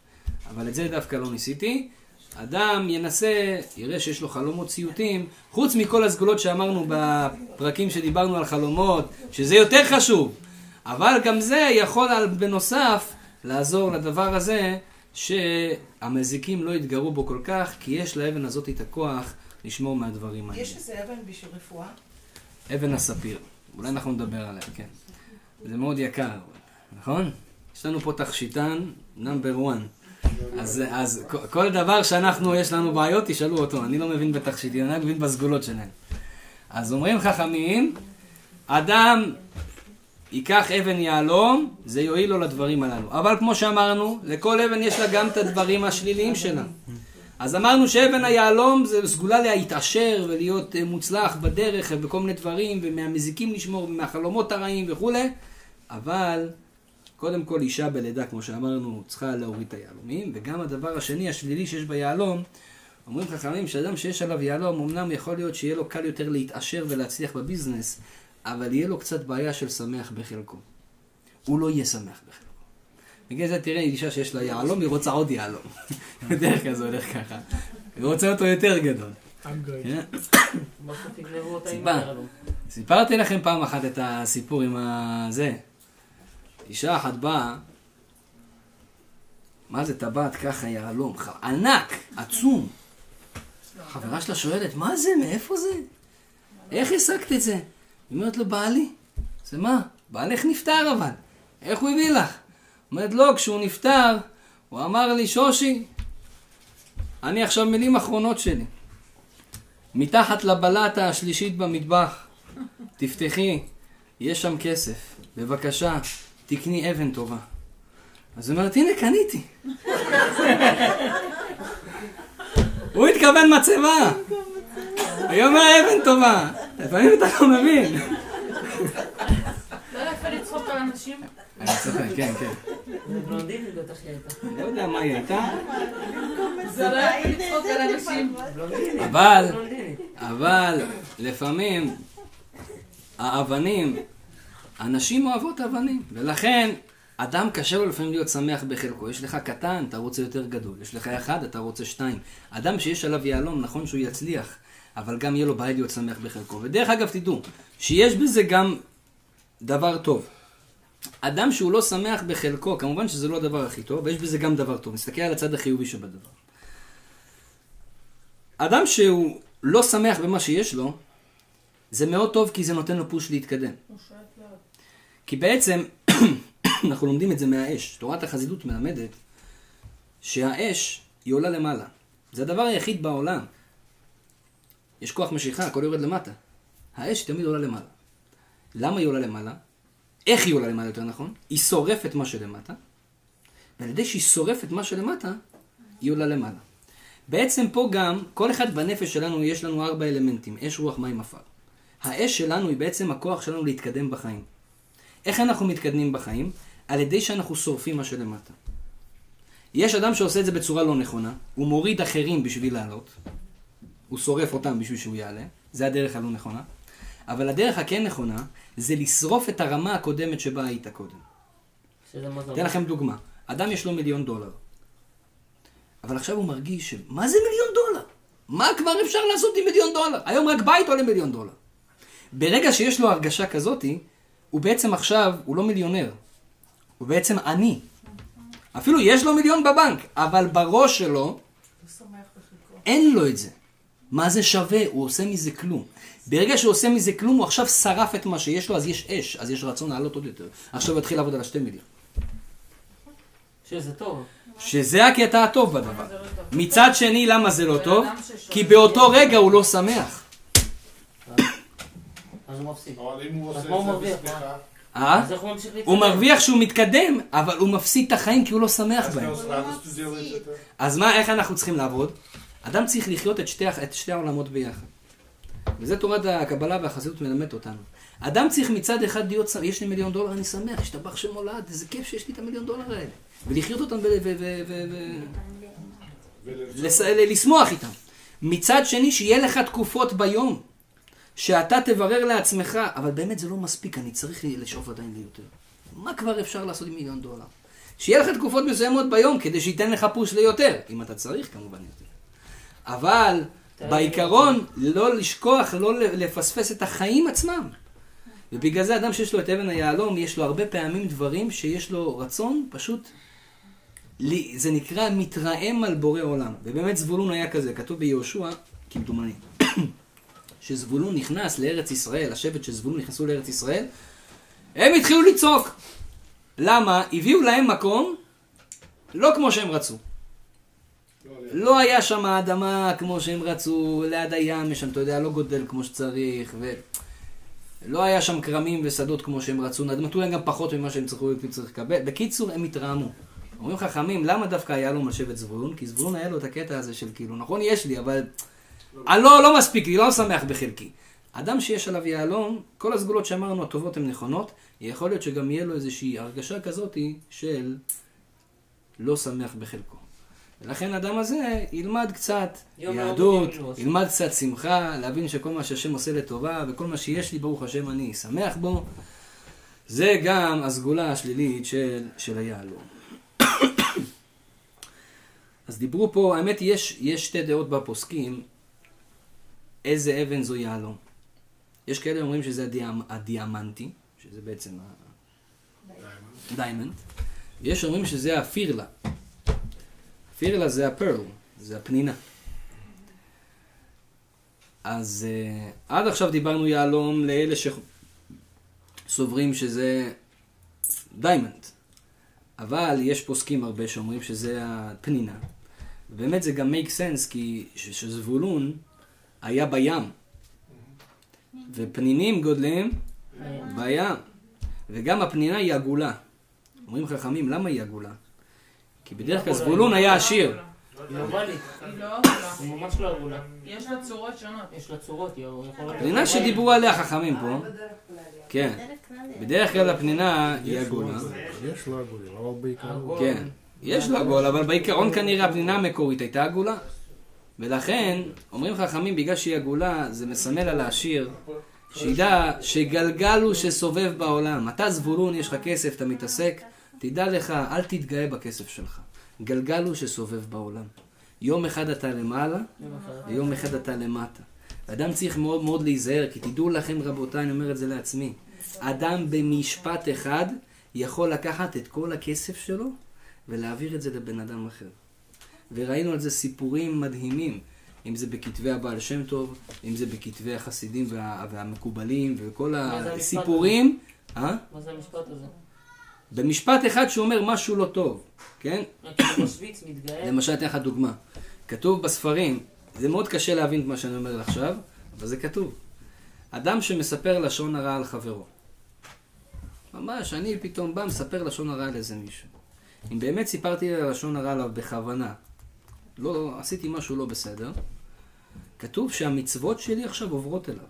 אבל את זה דווקא לא ניסיתי. אדם ינסה, יראה שיש לו חלומות סיוטים, חוץ מכל הסגולות שאמרנו בפרקים שדיברנו על חלומות, שזה יותר חשוב. אבל גם זה יכול בנוסף לעזור לדבר הזה, שהמזיקים לא יתגרו בו כל כך, כי יש לאבן הזאת את הכוח לשמור מהדברים האלה. יש איזה אבן בשביל רפואה? אבן הספיר. אולי אנחנו נדבר עליה, כן. זה מאוד יקר, נכון? יש לנו פה תכשיטן נאמבר אחת. אז, אז כל דבר שאנחנו, יש לנו בעיות, תשאלו אותו. אני לא מבין בתכשיטים, אני מבין בסגולות שלהם. אז אומרים חכמים, אדם ייקח אבן יהלום, זה יועיל לו לדברים הללו. אבל כמו שאמרנו, לכל אבן יש לה גם את הדברים השליליים שלה. אז אמרנו שאבן היהלום זה סגולה להתעשר ולהיות מוצלח בדרך ובכל מיני דברים, ומהמזיקים לשמור, ומהחלומות הרעים וכו'. אבל קודם כל אישה בלידה, כמו שאמרנו, צריכה להוריד את היהלומים. וגם הדבר השני, השלילי שיש ביהלום, אומרים חכמים שאדם שיש עליו יהלום, אמנם יכול להיות שיהיה לו קל יותר להתעשר ולהצליח בביזנס, אבל יהיה לו קצת בעיה של שמח בחלקו. הוא לא יהיה שמח בחלקו. בגלל זה תראה אישה שיש לה יהלום, היא רוצה עוד יהלום. בדרך כלל זה הולך ככה. היא רוצה אותו יותר גדול. סיפרתי לכם פעם אחת את הסיפור עם הזה. אישה אחת באה, מה זה טבעת ככה יהלום? ענק, עצום. חברה שלה שואלת, מה זה? מאיפה זה? איך השגת את זה? היא אומרת לו, בעלי. זה מה? בעלך נפטר אבל. איך הוא הביא לך? אומרת לו, כשהוא נפטר, הוא אמר לי, שושי, אני עכשיו מילים אחרונות שלי. מתחת לבלטה השלישית במטבח, תפתחי, יש שם כסף. בבקשה, תקני אבן טובה. אז הוא אומרת, הנה, קניתי. הוא התכוון מצבה. היא אומר, אבן טובה. לפעמים אתה לא מבין. לא יפה לצחוק על אנשים? אני צוחק, כן, כן. זה בלונדינית בטח היא הייתה. לא יודע מה היא הייתה. זה לא יפה לצחוק על אנשים. אבל, אבל, לפעמים, האבנים, אנשים אוהבות אבנים, ולכן, אדם קשה לו לפעמים להיות שמח בחלקו. יש לך קטן, אתה רוצה יותר גדול. יש לך אחד, אתה רוצה שתיים. אדם שיש עליו יהלום, נכון שהוא יצליח, אבל גם יהיה לו בעיה להיות שמח בחלקו. ודרך אגב, תדעו, שיש בזה גם דבר טוב. אדם שהוא לא שמח בחלקו, כמובן שזה לא הדבר הכי טוב, ויש בזה גם דבר טוב. נסתכל על הצד החיובי שבדבר. אדם שהוא לא שמח במה שיש לו, זה מאוד טוב כי זה נותן לו פוש להתקדם. כי בעצם, אנחנו לומדים את זה מהאש. תורת החסידות מלמדת שהאש היא עולה למעלה. זה הדבר היחיד בעולם. יש כוח משיכה, הכל יורד למטה. האש תמיד עולה למעלה. למה היא עולה למעלה? איך היא עולה למעלה יותר נכון? היא שורפת מה שלמטה, ועל ידי שהיא שורפת מה שלמטה, היא עולה למעלה. בעצם פה גם, כל אחד בנפש שלנו יש לנו ארבע אלמנטים, אש, רוח, מים, עפר. האש שלנו היא בעצם הכוח שלנו להתקדם בחיים. איך אנחנו מתקדמים בחיים? על ידי שאנחנו שורפים מה שלמטה. יש אדם שעושה את זה בצורה לא נכונה, הוא מוריד אחרים בשביל לעלות, הוא שורף אותם בשביל שהוא יעלה, זה הדרך הלא נכונה. אבל הדרך הכן נכונה, זה לשרוף את הרמה הקודמת שבה היית קודם. אתן לכם דוגמה. אדם יש לו מיליון דולר. אבל עכשיו הוא מרגיש, מה זה מיליון דולר? מה כבר אפשר לעשות עם מיליון דולר? היום רק בית עולה מיליון דולר. ברגע שיש לו הרגשה כזאת, הוא בעצם עכשיו, הוא לא מיליונר. הוא בעצם עני. אפילו יש לו מיליון בבנק, אבל בראש שלו, אין לו את זה. מה זה שווה? הוא עושה מזה כלום. ברגע שהוא עושה מזה כלום, הוא עכשיו שרף את מה שיש לו, אז יש אש, אז יש רצון לעלות עוד יותר. עכשיו הוא התחיל לעבוד על השתי מיליון. שזה טוב. שזה הקטע הטוב בדבר. מצד שני, למה זה לא טוב? כי באותו רגע הוא לא שמח. אז הוא מפסיד. אבל אם הוא אז עושה מה הוא את זה מרוויח? בשמחה, אה? אז איך הוא ממשיך להתקדם? הוא מרוויח שהוא מתקדם, אבל הוא מפסיד את החיים כי הוא לא שמח אז בהם. לא סטטוס תזירו את זה. אז מה, איך אנחנו צריכים לעבוד? אדם צריך לחיות את שתי, את שתי העולמות ביחד. וזה תורת הקבלה והחסידות מלמדת אותנו. אדם צריך מצד אחד להיות שמח, יש לי מיליון דולר, אני שמח, השתבח שמולד, איזה כיף שיש לי את המיליון דולר האלה. ולחיות אותם ולשמוח איתם. מצד שני, שיהיה לך תקופות ביום, שאתה תברר לעצמך, אבל באמת זה לא מספיק, אני צריך לשאוף עדיין ליותר. מה כבר אפשר לעשות עם מיליון דולר? שיהיה לך תקופות מסוימות ביום, כדי שייתן לך פוש ליותר, אם אתה צריך כמובן יותר. אבל בעיקרון, לא לשכוח, לא לפספס את החיים עצמם. ובגלל זה אדם שיש לו את אבן היהלום, יש לו הרבה פעמים דברים שיש לו רצון, פשוט, זה נקרא מתרעם על בורא עולם. ובאמת זבולון היה כזה, כתוב ביהושע, כמדומני, שזבולון נכנס לארץ ישראל, השבט של זבולון נכנסו לארץ ישראל, הם התחילו לצעוק. למה? הביאו להם מקום, לא כמו שהם רצו. לא היה שם האדמה כמו שהם רצו, ליד הים, שם, אתה יודע, לא גודל כמו שצריך, ולא היה שם קרמים ושדות כמו שהם רצו, נתנו להם גם פחות ממה שהם צריכו צריך לקבל. בקיצור, הם התרעמו. אומרים חכמים, למה דווקא היה לו משבט זבולון? כי זבולון היה לו את הקטע הזה של כאילו, נכון, יש לי, אבל לא, לא מספיק לי, לא שמח בחלקי. אדם שיש עליו יהלום, כל הסגולות שאמרנו, הטובות הן נכונות, יכול להיות שגם יהיה לו איזושהי הרגשה כזאת של לא שמח בחלקו. ולכן האדם הזה ילמד קצת יהדות, ילמד קצת שמחה, להבין שכל מה שהשם עושה לטובה, וכל מה שיש לי ברוך השם אני שמח בו, זה גם הסגולה השלילית של, של היהלום. אז דיברו פה, האמת יש, יש שתי דעות בפוסקים, איזה אבן זו יהלום. יש כאלה אומרים שזה הדיאמ, הדיאמנטי, שזה בעצם הדיימנט, ויש אומרים שזה הפירלה. הפירלה זה הפרל, זה הפנינה. אז uh, עד עכשיו דיברנו יהלום לאלה שסוברים שזה דיימנט. אבל יש פוסקים הרבה שאומרים שזה הפנינה. ובאמת זה גם make sense כי שזבולון היה בים. ופנינים גודלים בים. וגם הפנינה היא עגולה. אומרים חכמים, למה היא עגולה? כי בדרך כלל זבולון היה עשיר. היא אובלית. היא לא עגולה. היא ממש לא עגולה. יש לה צורות שונות. יש לה צורות, היא יכולה... פנינה שדיברו עליה חכמים פה. כן. בדרך כלל הפנינה היא עגולה. יש לה עגולים, אבל בעיקרון... כן. יש לה עגול, אבל בעיקרון כנראה הפנינה המקורית הייתה עגולה. ולכן, אומרים חכמים, בגלל שהיא עגולה, זה מסמל על העשיר, שידע שגלגל הוא שסובב בעולם. אתה זבולון, יש לך כסף, אתה מתעסק, תדע לך, אל תתגאה בכסף שלך. גלגל הוא שסובב בעולם. יום אחד אתה למעלה, ויום אחד אתה למטה. אדם צריך מאוד מאוד להיזהר, כי תדעו לכם רבותיי, אני אומר את זה לעצמי, אדם במשפט אחד יכול לקחת את כל הכסף שלו, ולהעביר את זה לבן אדם אחר. וראינו על זה סיפורים מדהימים, אם זה בכתבי הבעל שם טוב, אם זה בכתבי החסידים וה, והמקובלים, וכל הסיפורים. מה זה המשפט הזה? במשפט אחד שאומר משהו לא טוב, כן? רק בשוויץ מתגאה. למשל, אתן לך דוגמה. כתוב בספרים, זה מאוד קשה להבין את מה שאני אומר עכשיו, אבל זה כתוב. אדם שמספר לשון הרע על חברו. ממש, אני פתאום בא, מספר לשון הרע על איזה מישהו. אם באמת סיפרתי לשון הרע עליו בכוונה, לא, עשיתי משהו לא בסדר, כתוב שהמצוות שלי עכשיו עוברות אליו.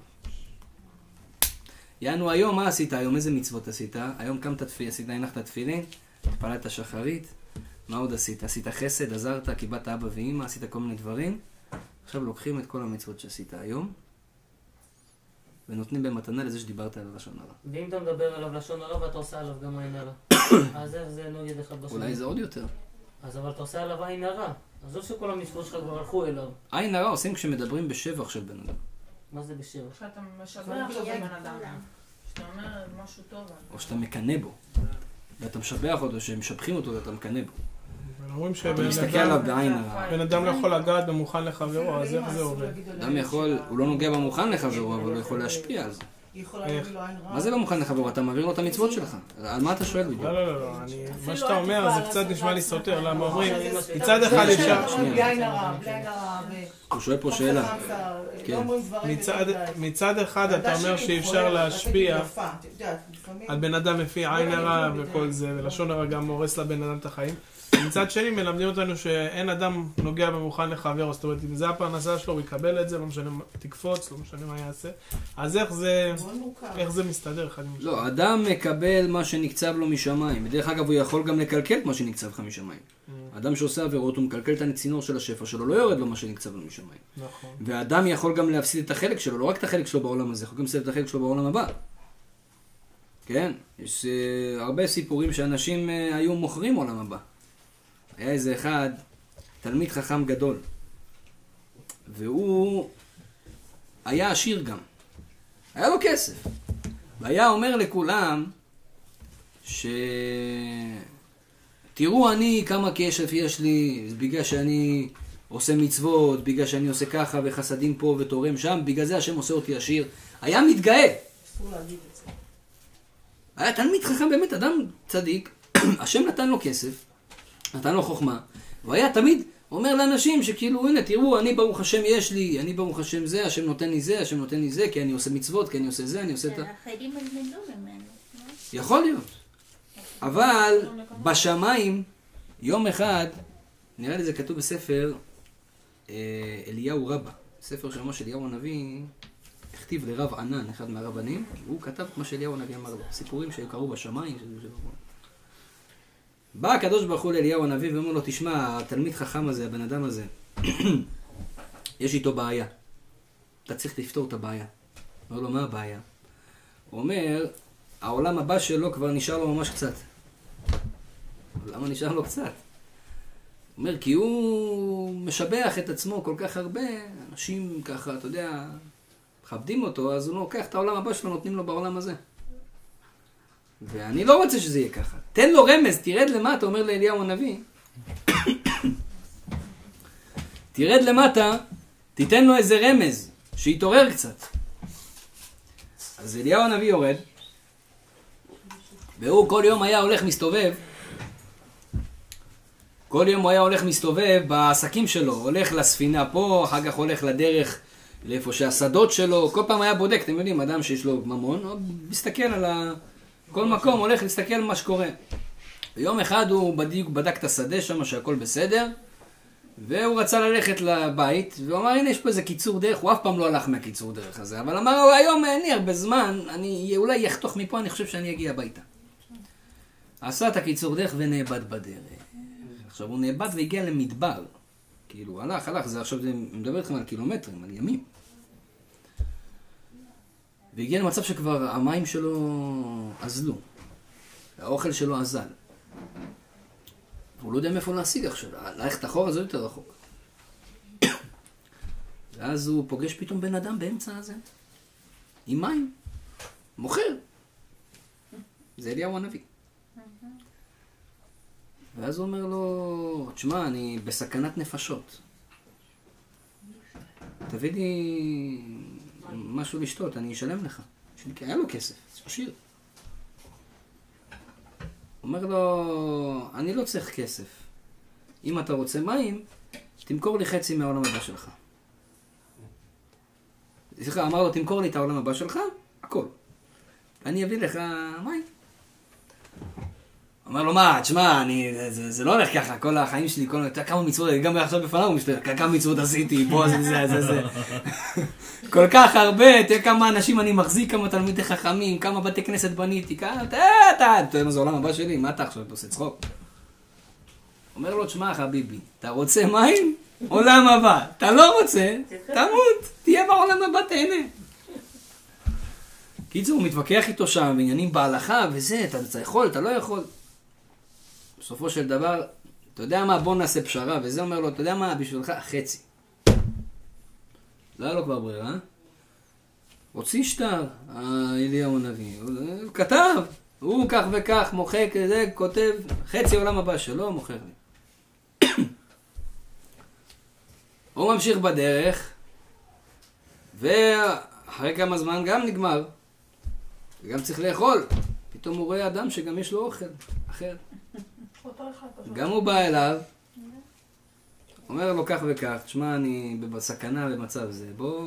יענו היום, מה עשית היום? איזה מצוות עשית? היום קמת תפיל, עשית, הנחת תפילין, התפללת שחרית, מה עוד עשית? עשית חסד, עזרת, קיבלת אבא ואמא, עשית כל מיני דברים. עכשיו לוקחים את כל המצוות שעשית היום, ונותנים במתנה לזה שדיברת עליו לשון הרע. ואם אתה מדבר עליו לשון הרע ואתה עושה עליו גם עין הרע, אז איך זה נוגד אחד בשני? אולי זה עוד יותר. אז אבל אתה עושה עליו עין הרע. עזוב שכל המצוות שלך כבר הלכו אליו. עין הרע עושים כשמדברים בשבח של בן אדם. מה זה בשבע? כשאתה משבח אותו בן אדם. כשאתה אומר משהו טוב. או שאתה מקנא בו. ואתה משבח אותו, שמשבחים אותו ואתה מקנא בו. אומרים אתה מסתכל עליו בעין שבן הרע. אדם לא יכול לגעת במוכן לחברו, אז איך זה עובד? אדם יכול, הוא לא נוגע במוכן לחברו, אבל הוא יכול להשפיע על זה. מה זה לא מוכן לחברו? אתה מעביר לו את המצוות שלך. על מה אתה שואל בדיוק? לא, לא, לא, אני... מה שאתה אומר זה קצת נשמע לי סותר, למה אומרים, מצד אחד אפשר... הוא שואל פה שאלה. מצד אחד אתה אומר שאי אפשר להשפיע על בן אדם לפי עין הרע וכל זה, ולשון הרע גם הורס לבן אדם את החיים. מצד שני מלמדים אותנו שאין אדם נוגע במוכן לחברו, זאת אומרת אם זה הפרנסה שלו הוא יקבל את זה, לא משנה מה תקפוץ, לא משנה מה יעשה, אז איך זה, איך זה מסתדר אחד עם לא, אדם מקבל מה שנקצב לו משמיים, בדרך אגב הוא יכול גם לקלקל את מה שנקצב לך משמיים. אדם שעושה עבירות הוא מקלקל את הצינור של השפע שלו, לא יורד לו מה שנקצב לו משמיים. נכון. ואדם יכול גם להפסיד את החלק שלו, לא רק את החלק שלו בעולם הזה, יכול גם להפסיד את החלק שלו בעולם הבא. כן? יש uh, הרבה סיפורים שאנשים uh, היו מוכרים עולם הבא. היה איזה אחד, תלמיד חכם גדול, והוא היה עשיר גם. היה לו כסף. והיה אומר לכולם ש... תראו אני כמה כסף יש לי, בגלל שאני עושה מצוות, בגלל שאני עושה ככה וחסדים פה ותורם שם, בגלל זה השם עושה אותי עשיר. היה מתגאה. אסור להגיד את זה. היה תלמיד חכם באמת, אדם צדיק, השם נתן לו כסף, נתן לו חוכמה, והוא היה תמיד אומר לאנשים שכאילו, הנה תראו, אני ברוך השם יש לי, אני ברוך השם זה, השם נותן לי זה, השם נותן לי זה, כי אני עושה מצוות, כי אני עושה זה, אני עושה את ה... אחרים ילמדו ממנו. יכול להיות. אבל בשמיים, יום אחד, נראה לי זה כתוב בספר אה, אליהו רבא, ספר שלמה של אליהו הנביא, הכתיב לרב ענן, אחד מהרבנים, והוא כתב את מה שאליהו הנביא אמר לו, סיפורים שקרו בשמיים. בא הקדוש ברוך הוא לאליהו הנביא ואומר לו, תשמע, התלמיד חכם הזה, הבן אדם הזה, יש איתו בעיה. אתה צריך לפתור את הבעיה. אומר לו, מה הבעיה? הוא אומר, העולם הבא שלו כבר נשאר לו ממש קצת. למה נשאר לו קצת? הוא אומר, כי הוא משבח את עצמו כל כך הרבה, אנשים ככה, אתה יודע, מכבדים אותו, אז הוא לוקח את העולם הבא שלו, נותנים לו בעולם הזה. ואני לא רוצה שזה יהיה ככה. תן לו רמז, תרד למטה, אומר לאליהו הנביא. תרד למטה, תיתן לו איזה רמז, שיתעורר קצת. אז אליהו הנביא יורד, והוא כל יום היה הולך מסתובב, כל יום הוא היה הולך מסתובב בעסקים שלו, הולך לספינה פה, אחר כך הולך לדרך לאיפה שהשדות שלו, כל פעם היה בודק, אתם יודעים, אדם שיש לו ממון, הוא מסתכל על ה... כל מקום הולך להסתכל על מה שקורה. ביום אחד הוא בדיוק בדק את השדה שם שהכל בסדר, והוא רצה ללכת לבית, והוא אמר, הנה יש פה איזה קיצור דרך, הוא אף פעם לא הלך מהקיצור דרך הזה, אבל אמר, היום אין לי הרבה זמן, אני אולי יחתוך מפה, אני חושב שאני אגיע הביתה. עשה את הקיצור דרך ונאבד בדרך. עכשיו הוא נאבד והגיע למדבר. כאילו, הלך, הלך, זה עכשיו, זה מדבר איתכם על קילומטרים, על ימים. והגיע למצב שכבר המים שלו אזלו. האוכל שלו אזל. הוא לא יודע מאיפה להשיג עכשיו. ללכת אחורה זה יותר רחוק. ואז הוא פוגש פתאום בן אדם באמצע הזה. עם מים. מוכר. זה אליהו הנביא. ואז הוא אומר לו, תשמע, אני בסכנת נפשות. תביא לי משהו לשתות, אני אשלם לך. כי היה לו כסף, עשיר. אומר לו, אני לא צריך כסף. אם אתה רוצה מים, תמכור לי חצי מהעולם הבא שלך. סליחה, אמר לו, תמכור לי את העולם הבא שלך, הכל. אני אביא לך מים. אומר לו, מה, תשמע, אני, זה, זה לא הולך ככה, כל החיים שלי, כל, אתה כמה מצוות, גם עכשיו בפניו הוא משתתף, כמה מצוות עשיתי, פה זה, זה, זה, זה. כל כך הרבה, תראה כמה אנשים אני מחזיק, כמה תלמידי חכמים, כמה בתי כנסת בניתי, כמה, אתה, אתה, אתה יודע מה זה העולם הבא שלי, מה אתה עכשיו, אתה עושה צחוק? אומר לו, תשמע, חביבי, אתה רוצה מים? עולם הבא. אתה לא רוצה, תמות, תהיה בעולם הבא, תהנה. קיצור, הוא מתווכח איתו שם, בעניינים בהלכה וזה, אתה, אתה יכול, אתה לא יכול. בסופו של דבר, אתה יודע מה, בוא נעשה פשרה, וזה אומר לו, אתה יודע מה, בשבילך, חצי. לא היה לו כבר ברירה. הוציא שטר, אליהו הנביא. הוא כתב, הוא כך וכך, מוחק, זה, כותב, חצי עולם הבא שלו, מוכר לי. הוא ממשיך בדרך, ואחרי כמה זמן גם נגמר. וגם צריך לאכול. פתאום הוא רואה אדם שגם יש לו אוכל אחר. גם הוא בא אליו, אומר לו כך וכך, תשמע, אני בסכנה במצב זה, בוא...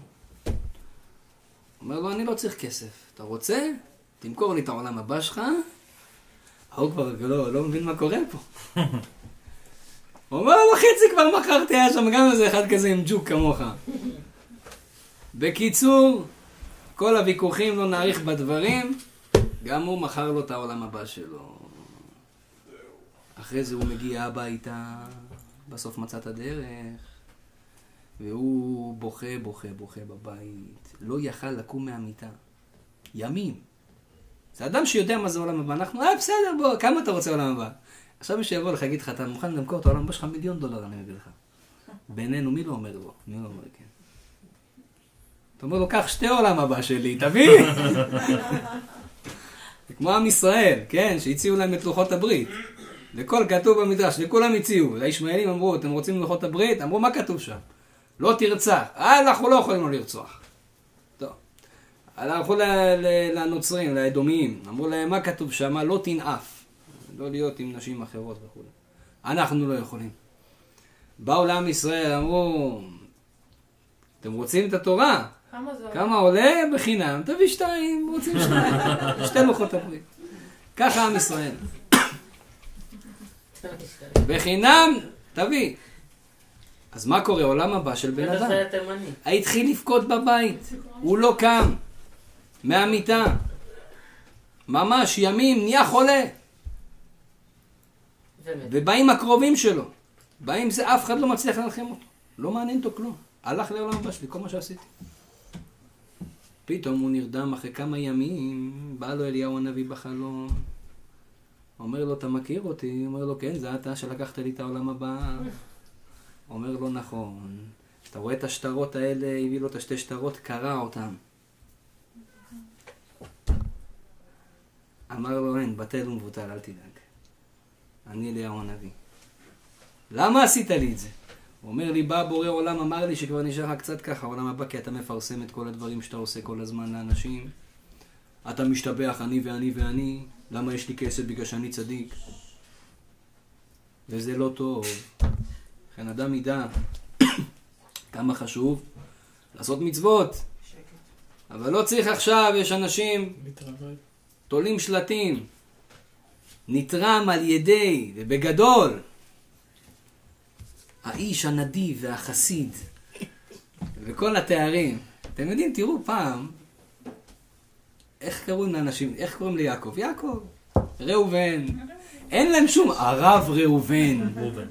אומר לו, אני לא צריך כסף. אתה רוצה? תמכור לי את העולם הבא שלך. הוא כבר לא, לא מבין מה קורה פה. הוא אומר לו, חצי כבר מכרתי, היה שם גם איזה אחד כזה עם ג'וק כמוך. בקיצור, כל הוויכוחים לא נאריך בדברים, גם הוא מכר לו את העולם הבא שלו. אחרי זה הוא מגיע הביתה, בסוף מצא את הדרך, והוא בוכה, בוכה, בוכה בבית. לא יכל לקום מהמיטה. ימים. זה אדם שיודע מה זה עולם הבא. אנחנו, אה, בסדר, בוא, כמה אתה רוצה עולם הבא? עכשיו מי שיבוא לך, יגיד לך, אתה מוכן למכור את העולם הבא שלך מיליון דולר, אני מביא לך. בינינו, מי לא אומר לו? מי לא אומר, כן. אתה אומר לו, קח שתי עולם הבא שלי, תביא! זה כמו עם ישראל, כן, שהציעו להם את לוחות הברית. לכל כתוב במדרש, לכולם הציעו. לישמעאלים אמרו, אתם רוצים לוחות הברית? אמרו, מה כתוב שם? לא תרצח. אה, אנחנו לא יכולים לא לרצוח. טוב. הלכו לנוצרים, לאדומיים. אמרו להם, מה כתוב שם? לא תנאף. לא להיות עם נשים אחרות וכו'. אנחנו לא יכולים. באו לעם ישראל, אמרו, אתם רוצים את התורה? כמה זה? כמה עולה? בחינם. תביא שתיים, רוצים שתיים. שתי לוחות הברית. ככה עם ישראל. בחינם, תביא. אז מה קורה? עולם הבא של בן אדם. התחיל לבכות בבית. הוא לא קם. מהמיטה. ממש ימים, נהיה חולה. ובאים הקרובים שלו. באים זה, אף אחד לא מצליח לנחם אותו. לא מעניין אותו כלום. הלך לעולם הבא שלי, כל מה שעשיתי. פתאום הוא נרדם אחרי כמה ימים, בא לו אליהו הנביא בחלום. אומר לו, אתה מכיר אותי? אומר לו, כן, זה אתה שלקחת לי את העולם הבא. אומר לו, נכון. אתה רואה את השטרות האלה, הביא לו את השתי שטרות, קרע אותם. אמר לו, אין, בטל ומבוטל, אל תדאג. אני אליהו הנביא. למה עשית לי את זה? הוא אומר לי, בא בורא עולם, אמר לי שכבר נשאר קצת ככה, העולם הבא, כי אתה מפרסם את כל הדברים שאתה עושה כל הזמן לאנשים. אתה משתבח, אני ואני ואני. למה יש לי כסף? בגלל שאני צדיק. וזה לא טוב. לכן אדם ידע כמה חשוב לעשות מצוות. אבל לא צריך עכשיו, יש אנשים תולים שלטים. נתרם על ידי, ובגדול, האיש הנדיב והחסיד, וכל התארים. אתם יודעים, תראו פעם, איך קוראים לאנשים, איך קוראים ליעקב? יעקב, ראובן. אין להם שום, הרב ראובן.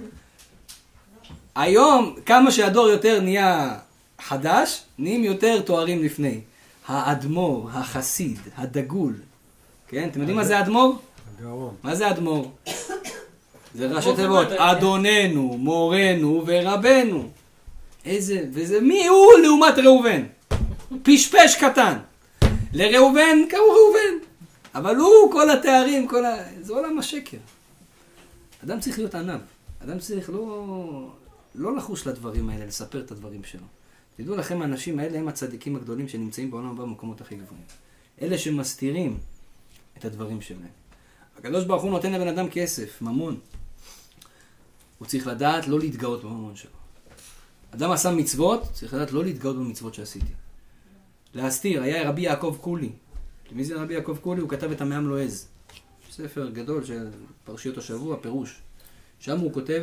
היום, כמה שהדור יותר נהיה חדש, נהיים יותר תוארים לפני. האדמו"ר, החסיד, הדגול. כן, אתם יודעים מה זה אדמו"ר? מה זה אדמו"ר? זה ראשי תיבות, אדוננו, מורנו ורבנו. איזה, וזה, מי הוא לעומת ראובן? פשפש קטן. לראובן קראו ראובן. אבל הוא, כל התארים, כל ה... זה עולם השקר. אדם צריך להיות ענב. אדם צריך לא, לא לחוש לדברים האלה, לספר את הדברים שלו. תדעו לכם, האנשים האלה הם הצדיקים הגדולים שנמצאים בעולם הבא במקומות הכי גבוהים. אלה שמסתירים את הדברים שלהם. הקדוש ברוך הוא נותן לבן אדם כסף, ממון. הוא צריך לדעת לא להתגאות בממון שלו. אדם עשה מצוות, צריך לדעת לא להתגאות במצוות שעשיתי. להסתיר, היה רבי יעקב קולי. מי זה רבי יעקב קולי? הוא כתב את המעם לועז. ספר גדול של פרשיות השבוע, פירוש. שם הוא כותב,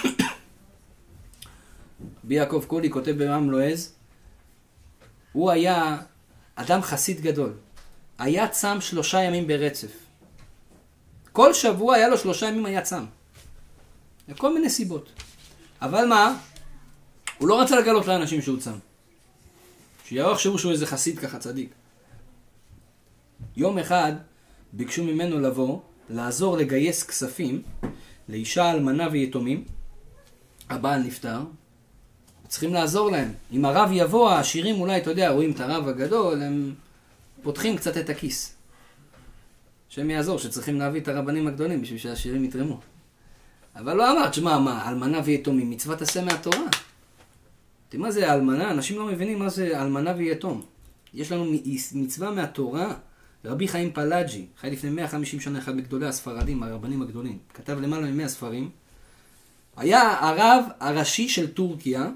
רבי יעקב קולי כותב במעם לועז, הוא היה אדם חסיד גדול. היה צם שלושה ימים ברצף. כל שבוע היה לו שלושה ימים היה צם. כל מיני סיבות. אבל מה? הוא לא רצה לגלות לאנשים שהוא צם. שיראו חשבו שהוא איזה חסיד ככה צדיק. יום אחד ביקשו ממנו לבוא, לעזור לגייס כספים לאישה אלמנה ויתומים. הבעל נפטר. צריכים לעזור להם. אם הרב יבוא, העשירים אולי, אתה יודע, רואים את הרב הגדול, הם פותחים קצת את הכיס. שהם יעזור, שצריכים להביא את הרבנים הגדולים בשביל שהעשירים יתרמו. אבל לא אמרת, שמה, מה, אלמנה ויתומים, מצוות עשה מהתורה. אתם מה זה אלמנה? אנשים לא מבינים מה זה אלמנה ויתום. יש לנו מצווה מהתורה. רבי חיים פלאג'י, חי לפני מאה וחמישים שנה, אחד מגדולי הספרדים, הרבנים הגדולים. כתב למעלה ממאה ספרים. היה הרב הראשי של טורקיה,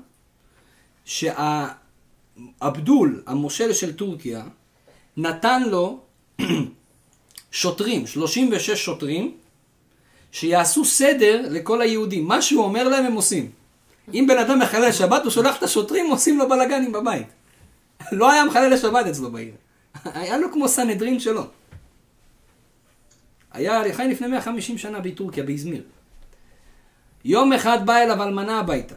שהאבדול, המושל של טורקיה, נתן לו שוטרים, שלושים ושש שוטרים, שיעשו סדר לכל היהודים. מה שהוא אומר להם הם עושים. אם בן אדם מחלל שבת, הוא שולח את השוטרים, עושים לו בלגנים בבית. לא היה מחלל לשבת אצלו בעיר. היה לו כמו סנהדרין שלו. היה חי לפני מאה וחמישים שנה בטורקיה, באזמיר. יום אחד בא אליו אלמנה הביתה.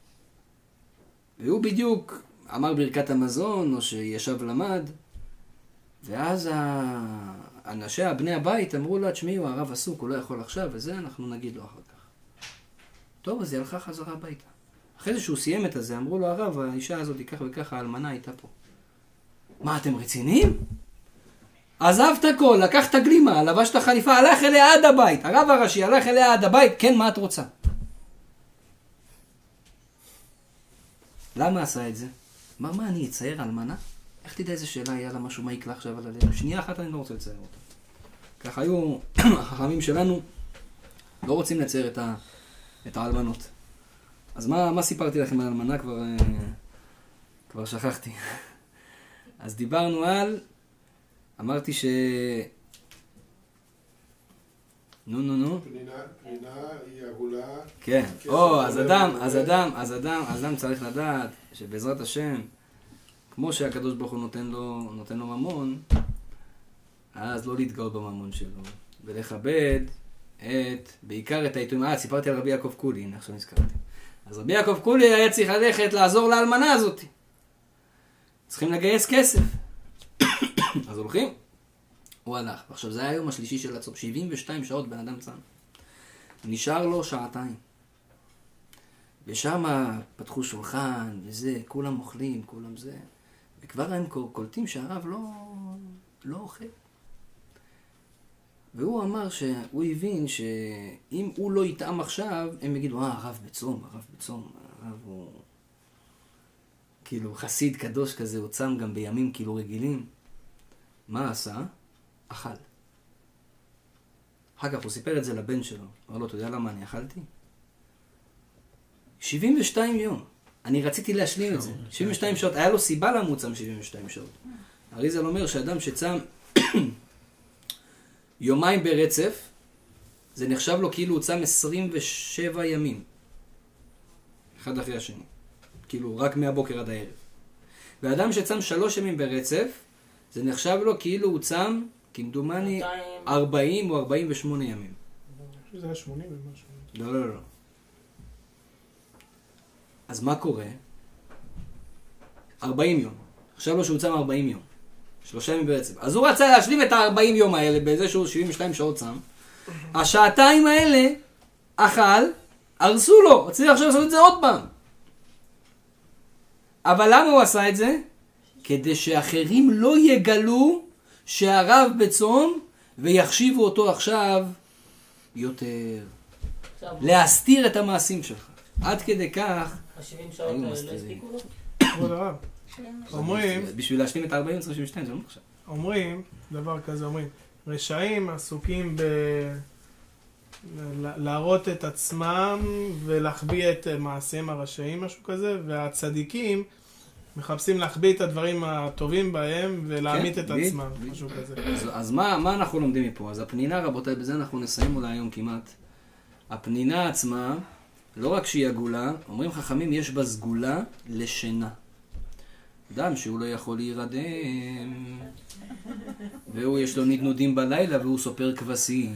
והוא בדיוק אמר ברכת המזון, או שישב למד. ואז אנשי בני הבית אמרו לה, תשמעי, הוא הרב עסוק, הוא לא יכול עכשיו, וזה אנחנו נגיד לו אחר כך. טוב, אז היא הלכה חזרה הביתה. אחרי זה שהוא סיים את הזה, אמרו לו, הרב, האישה הזאת, כך וכך, האלמנה הייתה פה. מה, אתם רציניים? עזב את הכל, לקח את הגלימה, לבש את החליפה, הלך אליה עד הבית. הרב הראשי הלך אליה עד הבית, כן, מה את רוצה? למה עשה את זה? אמר, מה, אני אצייר אלמנה? איך תדע איזה שאלה היה לה משהו, מה יקלה עכשיו על הלב? שנייה אחת אני לא רוצה לצייר אותה. ככה היו החכמים שלנו, לא רוצים לצייר את, ה, את האלמנות. אז מה, מה סיפרתי לכם על אלמנה? כבר, כבר שכחתי. אז דיברנו על, אמרתי ש... נו, נו, נו. פנינה, פנינה היא עגולה. כן. או, אז אדם, אז אדם, אז אדם, אז אדם צריך לדעת שבעזרת השם, כמו שהקדוש ברוך הוא נותן לו, נותן לו ממון, אז לא להתגאות בממון שלו, ולכבד את, בעיקר את העיתונים. אה, סיפרתי על רבי יעקב קולי, הנה עכשיו נזכרתי. אז רבי יעקב קולי היה צריך ללכת לעזור לאלמנה הזאת. צריכים לגייס כסף. אז הולכים. הוא הלך. עכשיו זה היה היום השלישי של הצום, שבעים ושתיים שעות בן אדם צם. נשאר לו שעתיים. ושם פתחו שולחן וזה, כולם אוכלים, כולם זה. וכבר הם קולטים שהרב לא, לא אוכל. והוא אמר שהוא הבין שאם הוא לא יטעם עכשיו, הם יגידו, אה, הרב בצום, הרב בצום, הרב הוא כאילו חסיד קדוש כזה, הוא צם גם בימים כאילו רגילים. מה עשה? אכל. אחר כך הוא סיפר את זה לבן שלו. אמר לו, אתה יודע למה אני אכלתי? שבעים ושתיים יום. אני רציתי להשלים את זה. שבעים ושתיים שעות. היה לו סיבה למה הוא צם שבעים ושתיים שעות. אריזל אומר שאדם שצם יומיים ברצף, זה נחשב לו כאילו הוא צם עשרים ושבע ימים. אחד אחרי השני. כאילו רק מהבוקר עד הערב. ואדם שצם שלוש ימים ברצף, זה נחשב לו כאילו הוא צם, כמדומני, ארבעים או ארבעים ושמונה ימים. זה היה שמונים ומשהו. לא, לא, לא. אז מה קורה? ארבעים יום. עכשיו לו שהוא צם ארבעים יום. שלושה ימים ברצף. אז הוא רצה להשלים את ה-ארבעים יום האלה, באיזה שהוא שבעים ושתיים שעות צם. השעתיים האלה, אכל, הרסו לו. רציתי עכשיו לעשות את זה עוד פעם. אבל למה הוא עשה את זה? כדי שאחרים לא יגלו שהרב בצום ויחשיבו אותו עכשיו יותר. להסתיר את המעשים שלך. עד כדי כך... ה-שבעים שעות האלה לא הספיקו לו? כבוד הרב. אומרים... בשביל להשלים את ה-ארבעים שבעים ושתיים זה לא מחשב. אומרים, דבר כזה אומרים, רשעים עסוקים ב... להראות את עצמם ולהחביא את מעשיהם הרשעים, משהו כזה, והצדיקים מחפשים להחביא את הדברים הטובים בהם ולהעמיד כן, את בי, עצמם, בי. משהו כזה. אז, אז מה, מה אנחנו לומדים מפה? אז הפנינה, רבותיי, בזה אנחנו נסיים אולי היום כמעט. הפנינה עצמה, לא רק שהיא עגולה, אומרים חכמים, יש בה סגולה לשינה. אדם שהוא לא יכול להירדם, והוא יש לו נדנודים בלילה והוא סופר כבשים.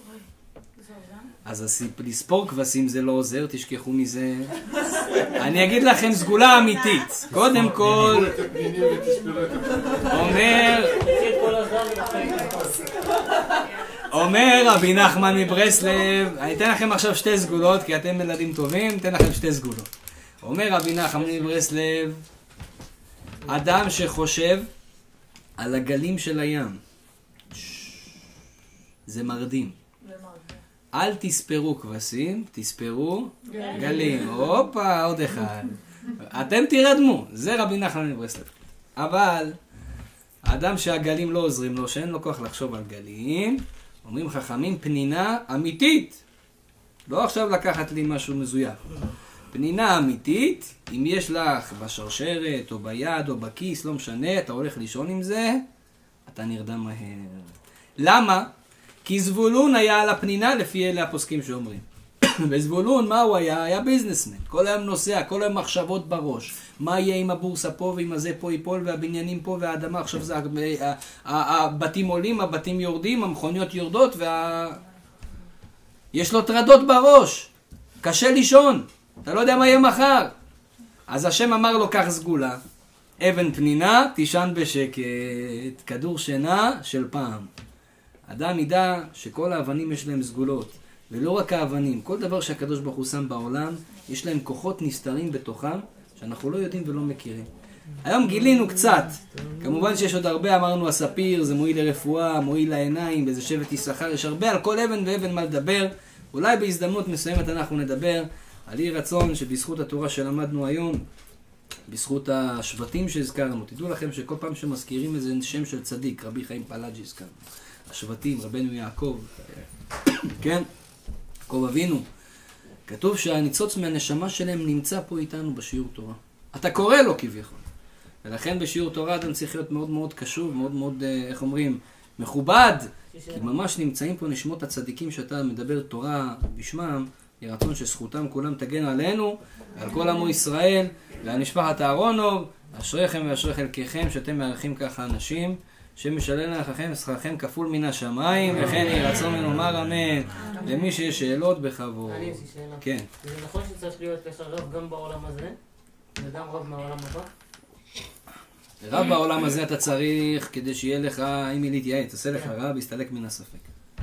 אז לספור כבשים זה לא עוזר, תשכחו מזה. אני אגיד לכם סגולה אמיתית. קודם כל, אומר, אומר רבי נחמן מברסלב, אני אתן לכם עכשיו שתי סגולות, כי אתם ילדים טובים, אתן לכם שתי סגולות. אומר רבי נחמן מברסלב, אדם שחושב על הגלים של הים, זה מרדים. אל תספרו כבשים, תספרו גלים. הופה, עוד אחד. אתם תירדמו, זה רבי נחמן מברסלב. אבל האדם שהגלים לא עוזרים לו, שאין לו כוח לחשוב על גלים, אומרים חכמים פנינה אמיתית. לא עכשיו לקחת לי משהו מזויף. פנינה אמיתית, אם יש לך בשרשרת או ביד או בכיס, לא משנה, אתה הולך לישון עם זה, אתה נרדם מהר. למה? כי זבולון היה על הפנינה לפי אלה הפוסקים שאומרים. וזבולון, מה הוא היה? היה ביזנסמן. כל היום נוסע, כל היום מחשבות בראש. מה יהיה עם הבורסה פה ועם הזה פה ייפול והבניינים פה והאדמה, עכשיו זה הבתים עולים, הבתים יורדים, המכוניות יורדות וה... יש לו טרדות בראש. קשה לישון. אתה לא יודע מה יהיה מחר. אז השם אמר לו כך סגולה. אבן פנינה, תישן בשקט. כדור שינה של פעם. אדם ידע שכל האבנים יש להם סגולות, ולא רק האבנים, כל דבר שהקדוש ברוך הוא שם בעולם, יש להם כוחות נסתרים בתוכם, שאנחנו לא יודעים ולא מכירים. היום גילינו קצת, כמובן שיש עוד הרבה, אמרנו הספיר, זה מועיל לרפואה, מועיל לעיניים, באיזה שבט יששכר, יש הרבה על כל אבן ואבן מה לדבר, אולי בהזדמנות מסוימת אנחנו נדבר על יהי רצון שבזכות התורה שלמדנו היום, בזכות השבטים שהזכרנו, תדעו לכם שכל פעם שמזכירים איזה שם של צדיק, רבי חיים פלאג'י הזכרנו, השבטים, רבנו יעקב, כן, יעקב אבינו, כתוב שהניצוץ מהנשמה שלהם נמצא פה איתנו בשיעור תורה. אתה קורא לו כביכול. ולכן בשיעור תורה אדם צריך להיות מאוד מאוד קשוב, מאוד מאוד, איך אומרים, מכובד, כי ממש נמצאים פה נשמות הצדיקים שאתה מדבר תורה בשמם, ירצון שזכותם כולם תגן עלינו, על כל עמו ישראל, ועל משפחת אהרונוב, אשריכם ואשרי חלקכם שאתם מארחים ככה אנשים, שמשלם לכם שכרכם כפול מן השמיים, וכן יהי רצון ונאמר אמן. למי שיש שאלות בכבוד. אני יש לי שאלה. כן. זה נכון שצריך להיות לך רב גם בעולם הזה, וגם רב מהעולם הבא? רב בעולם הזה אתה צריך כדי שיהיה לך, אם היא להתייעץ, תעשה לך רב, יסתלק מן הספק.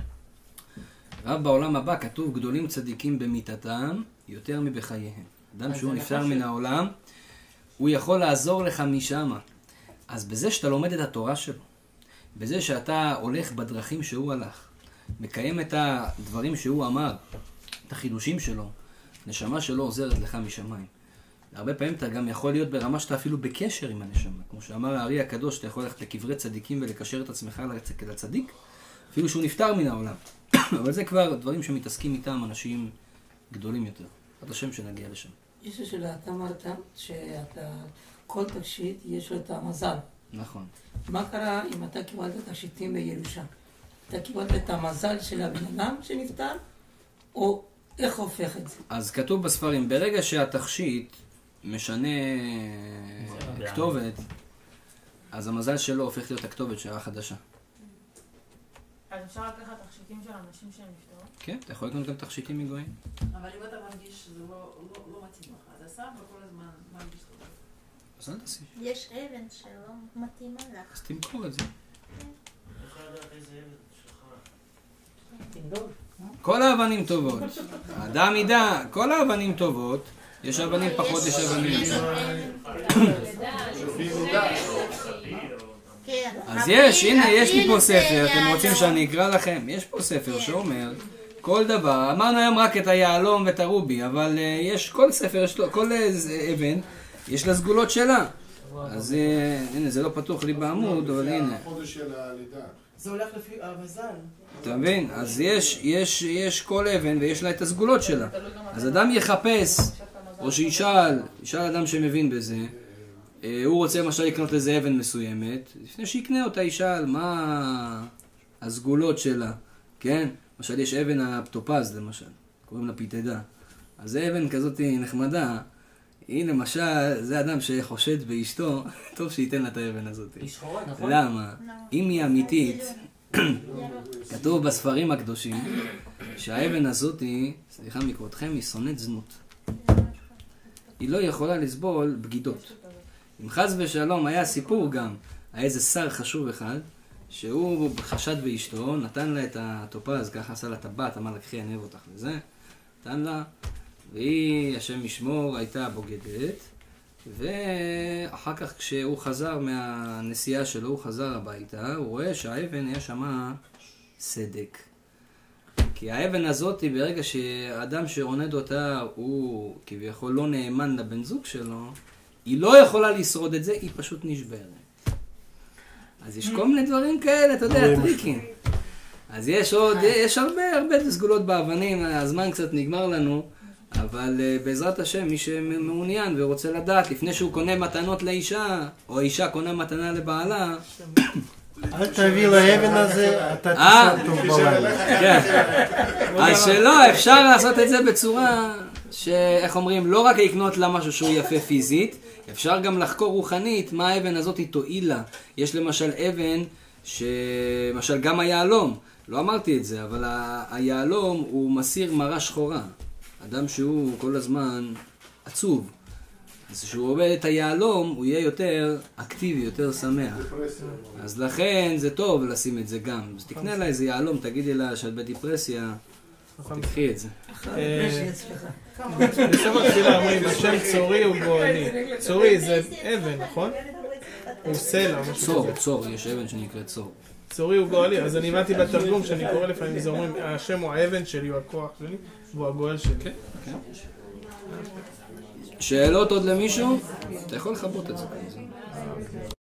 רב בעולם הבא כתוב גדולים צדיקים במיתתם יותר מבחייהם. אדם שהוא נפטר מן העולם, הוא יכול לעזור לך משם. אז בזה שאתה לומד את התורה שלו, בזה שאתה הולך בדרכים שהוא הלך, מקיים את הדברים שהוא אמר, את החידושים שלו, נשמה שלו עוזרת לך משמיים. הרבה פעמים אתה גם יכול להיות ברמה שאתה אפילו בקשר עם הנשמה. כמו שאמר הארי הקדוש, אתה יכול ללכת לקברי צדיקים ולקשר את עצמך לצדיק, אפילו שהוא נפטר מן העולם. אבל זה כבר דברים שמתעסקים איתם אנשים גדולים יותר. עד השם שנגיע לשם. יש שאלה, אתה אמרת שאתה, כל תכשיט יש לו את המזל. נכון. מה קרה אם אתה קיבלת תכשיטים בירושה? אתה קיבלת את המזל של הבן אדם שנפטר, או איך הופך את זה? אז כתוב בספרים, ברגע שהתכשיט משנה כתובת, אז המזל שלו הופך להיות הכתובת שעה חדשה. אז אפשר לקחת תכשיטים של אנשים שהם נפטרו? כן, אתה יכול לקנות גם תכשיטים מגויים. אבל אם אתה מרגיש שזה לא מתאים לך, אז הסבא כל הזמן מרגיש לך. אז אל תעשי. יש אבן שלא מתאימה לך. אז תמכור את זה. כל האבנים טובות. האדם ידע, כל האבנים טובות. יש אבנים פחות, יש אבנים יותר. אז יש, הנה, יש לי פה ספר, אתם רוצים שאני אקרא לכם? יש פה ספר שאומר כל דבר, אמרנו היום רק את היעלום ואת הרובי, אבל יש כל ספר, כל אבן, יש לה סגולות שלה. אז הנה, זה לא פתוח לי בעמוד, אבל הנה. החודש של הלידה. זה הולך לפי המזל. אתה מבין? אז יש, יש, יש כל אבן ויש לה את הסגולות שלה. אז אדם יחפש, או שישאל, ישאל אדם שמבין בזה, הוא רוצה למשל לקנות איזה אבן מסוימת, לפני שיקנה אותה ישאל מה הסגולות שלה, כן? למשל יש אבן הפטופז למשל, קוראים לה פיתדה. אז זה אבן כזאת נחמדה, היא למשל, זה אדם שחושד באשתו, טוב שייתן לה את האבן הזאת. היא שחורה, נכון? למה? אם היא אמיתית, כתוב בספרים הקדושים, שהאבן הזאת, סליחה מכבודכם, היא שונאת זנות. היא לא יכולה לסבול בגידות. אם חס ושלום היה סיפור גם, היה איזה שר חשוב אחד, שהוא חשד באשתו, נתן לה את הטופז, ככה עשה לה טבעת, אמר לה, קחי, אני אוהב אותך וזה, נתן לה, והיא, השם ישמור, הייתה בוגדת, ואחר כך כשהוא חזר מהנסיעה שלו, הוא חזר הביתה, הוא רואה שהאבן היה שמה סדק. כי האבן הזאת, ברגע שהאדם שעונד אותה הוא כביכול לא נאמן לבן זוג שלו, היא לא יכולה לשרוד את זה, היא פשוט נשברת. אז יש כל מיני דברים כאלה, אתה יודע, טריקים. אז יש עוד, יש הרבה הרבה סגולות באבנים, הזמן קצת נגמר לנו, אבל בעזרת השם, מי שמעוניין ורוצה לדעת, לפני שהוא קונה מתנות לאישה, או האישה קונה מתנה לבעלה, אל תביא לאבן הזה, אתה תשאל טוב בלילה. כן. אז שלא, אפשר לעשות את זה בצורה שאיך אומרים, לא רק לקנות לה משהו שהוא יפה פיזית, אפשר גם לחקור רוחנית מה האבן הזאת היא תועילה. יש למשל אבן, למשל גם היעלום, לא אמרתי את זה, אבל היעלום הוא מסיר מרה שחורה. אדם שהוא כל הזמן עצוב. אז כשהוא עובד את היהלום, הוא יהיה יותר אקטיבי, יותר שמח. אז לכן זה טוב לשים את זה גם. אז תקנה לה איזה יהלום, תגידי לה שאת בדיפרסיה, תקחי את זה. בסוף התפילה אומרים, השם צורי הוא גואלי. צורי זה אבן, נכון? הוא סלע. צור, צור, יש אבן שנקראת צור. צורי הוא גואלי, אז אני הבנתי בתרגום שאני קורא לפעמים, זה אומרים, השם הוא האבן שלי, הוא הכוח שלי, והוא הגואל שלי. שאלות עוד למישהו? אתה יכול לחבות את זה.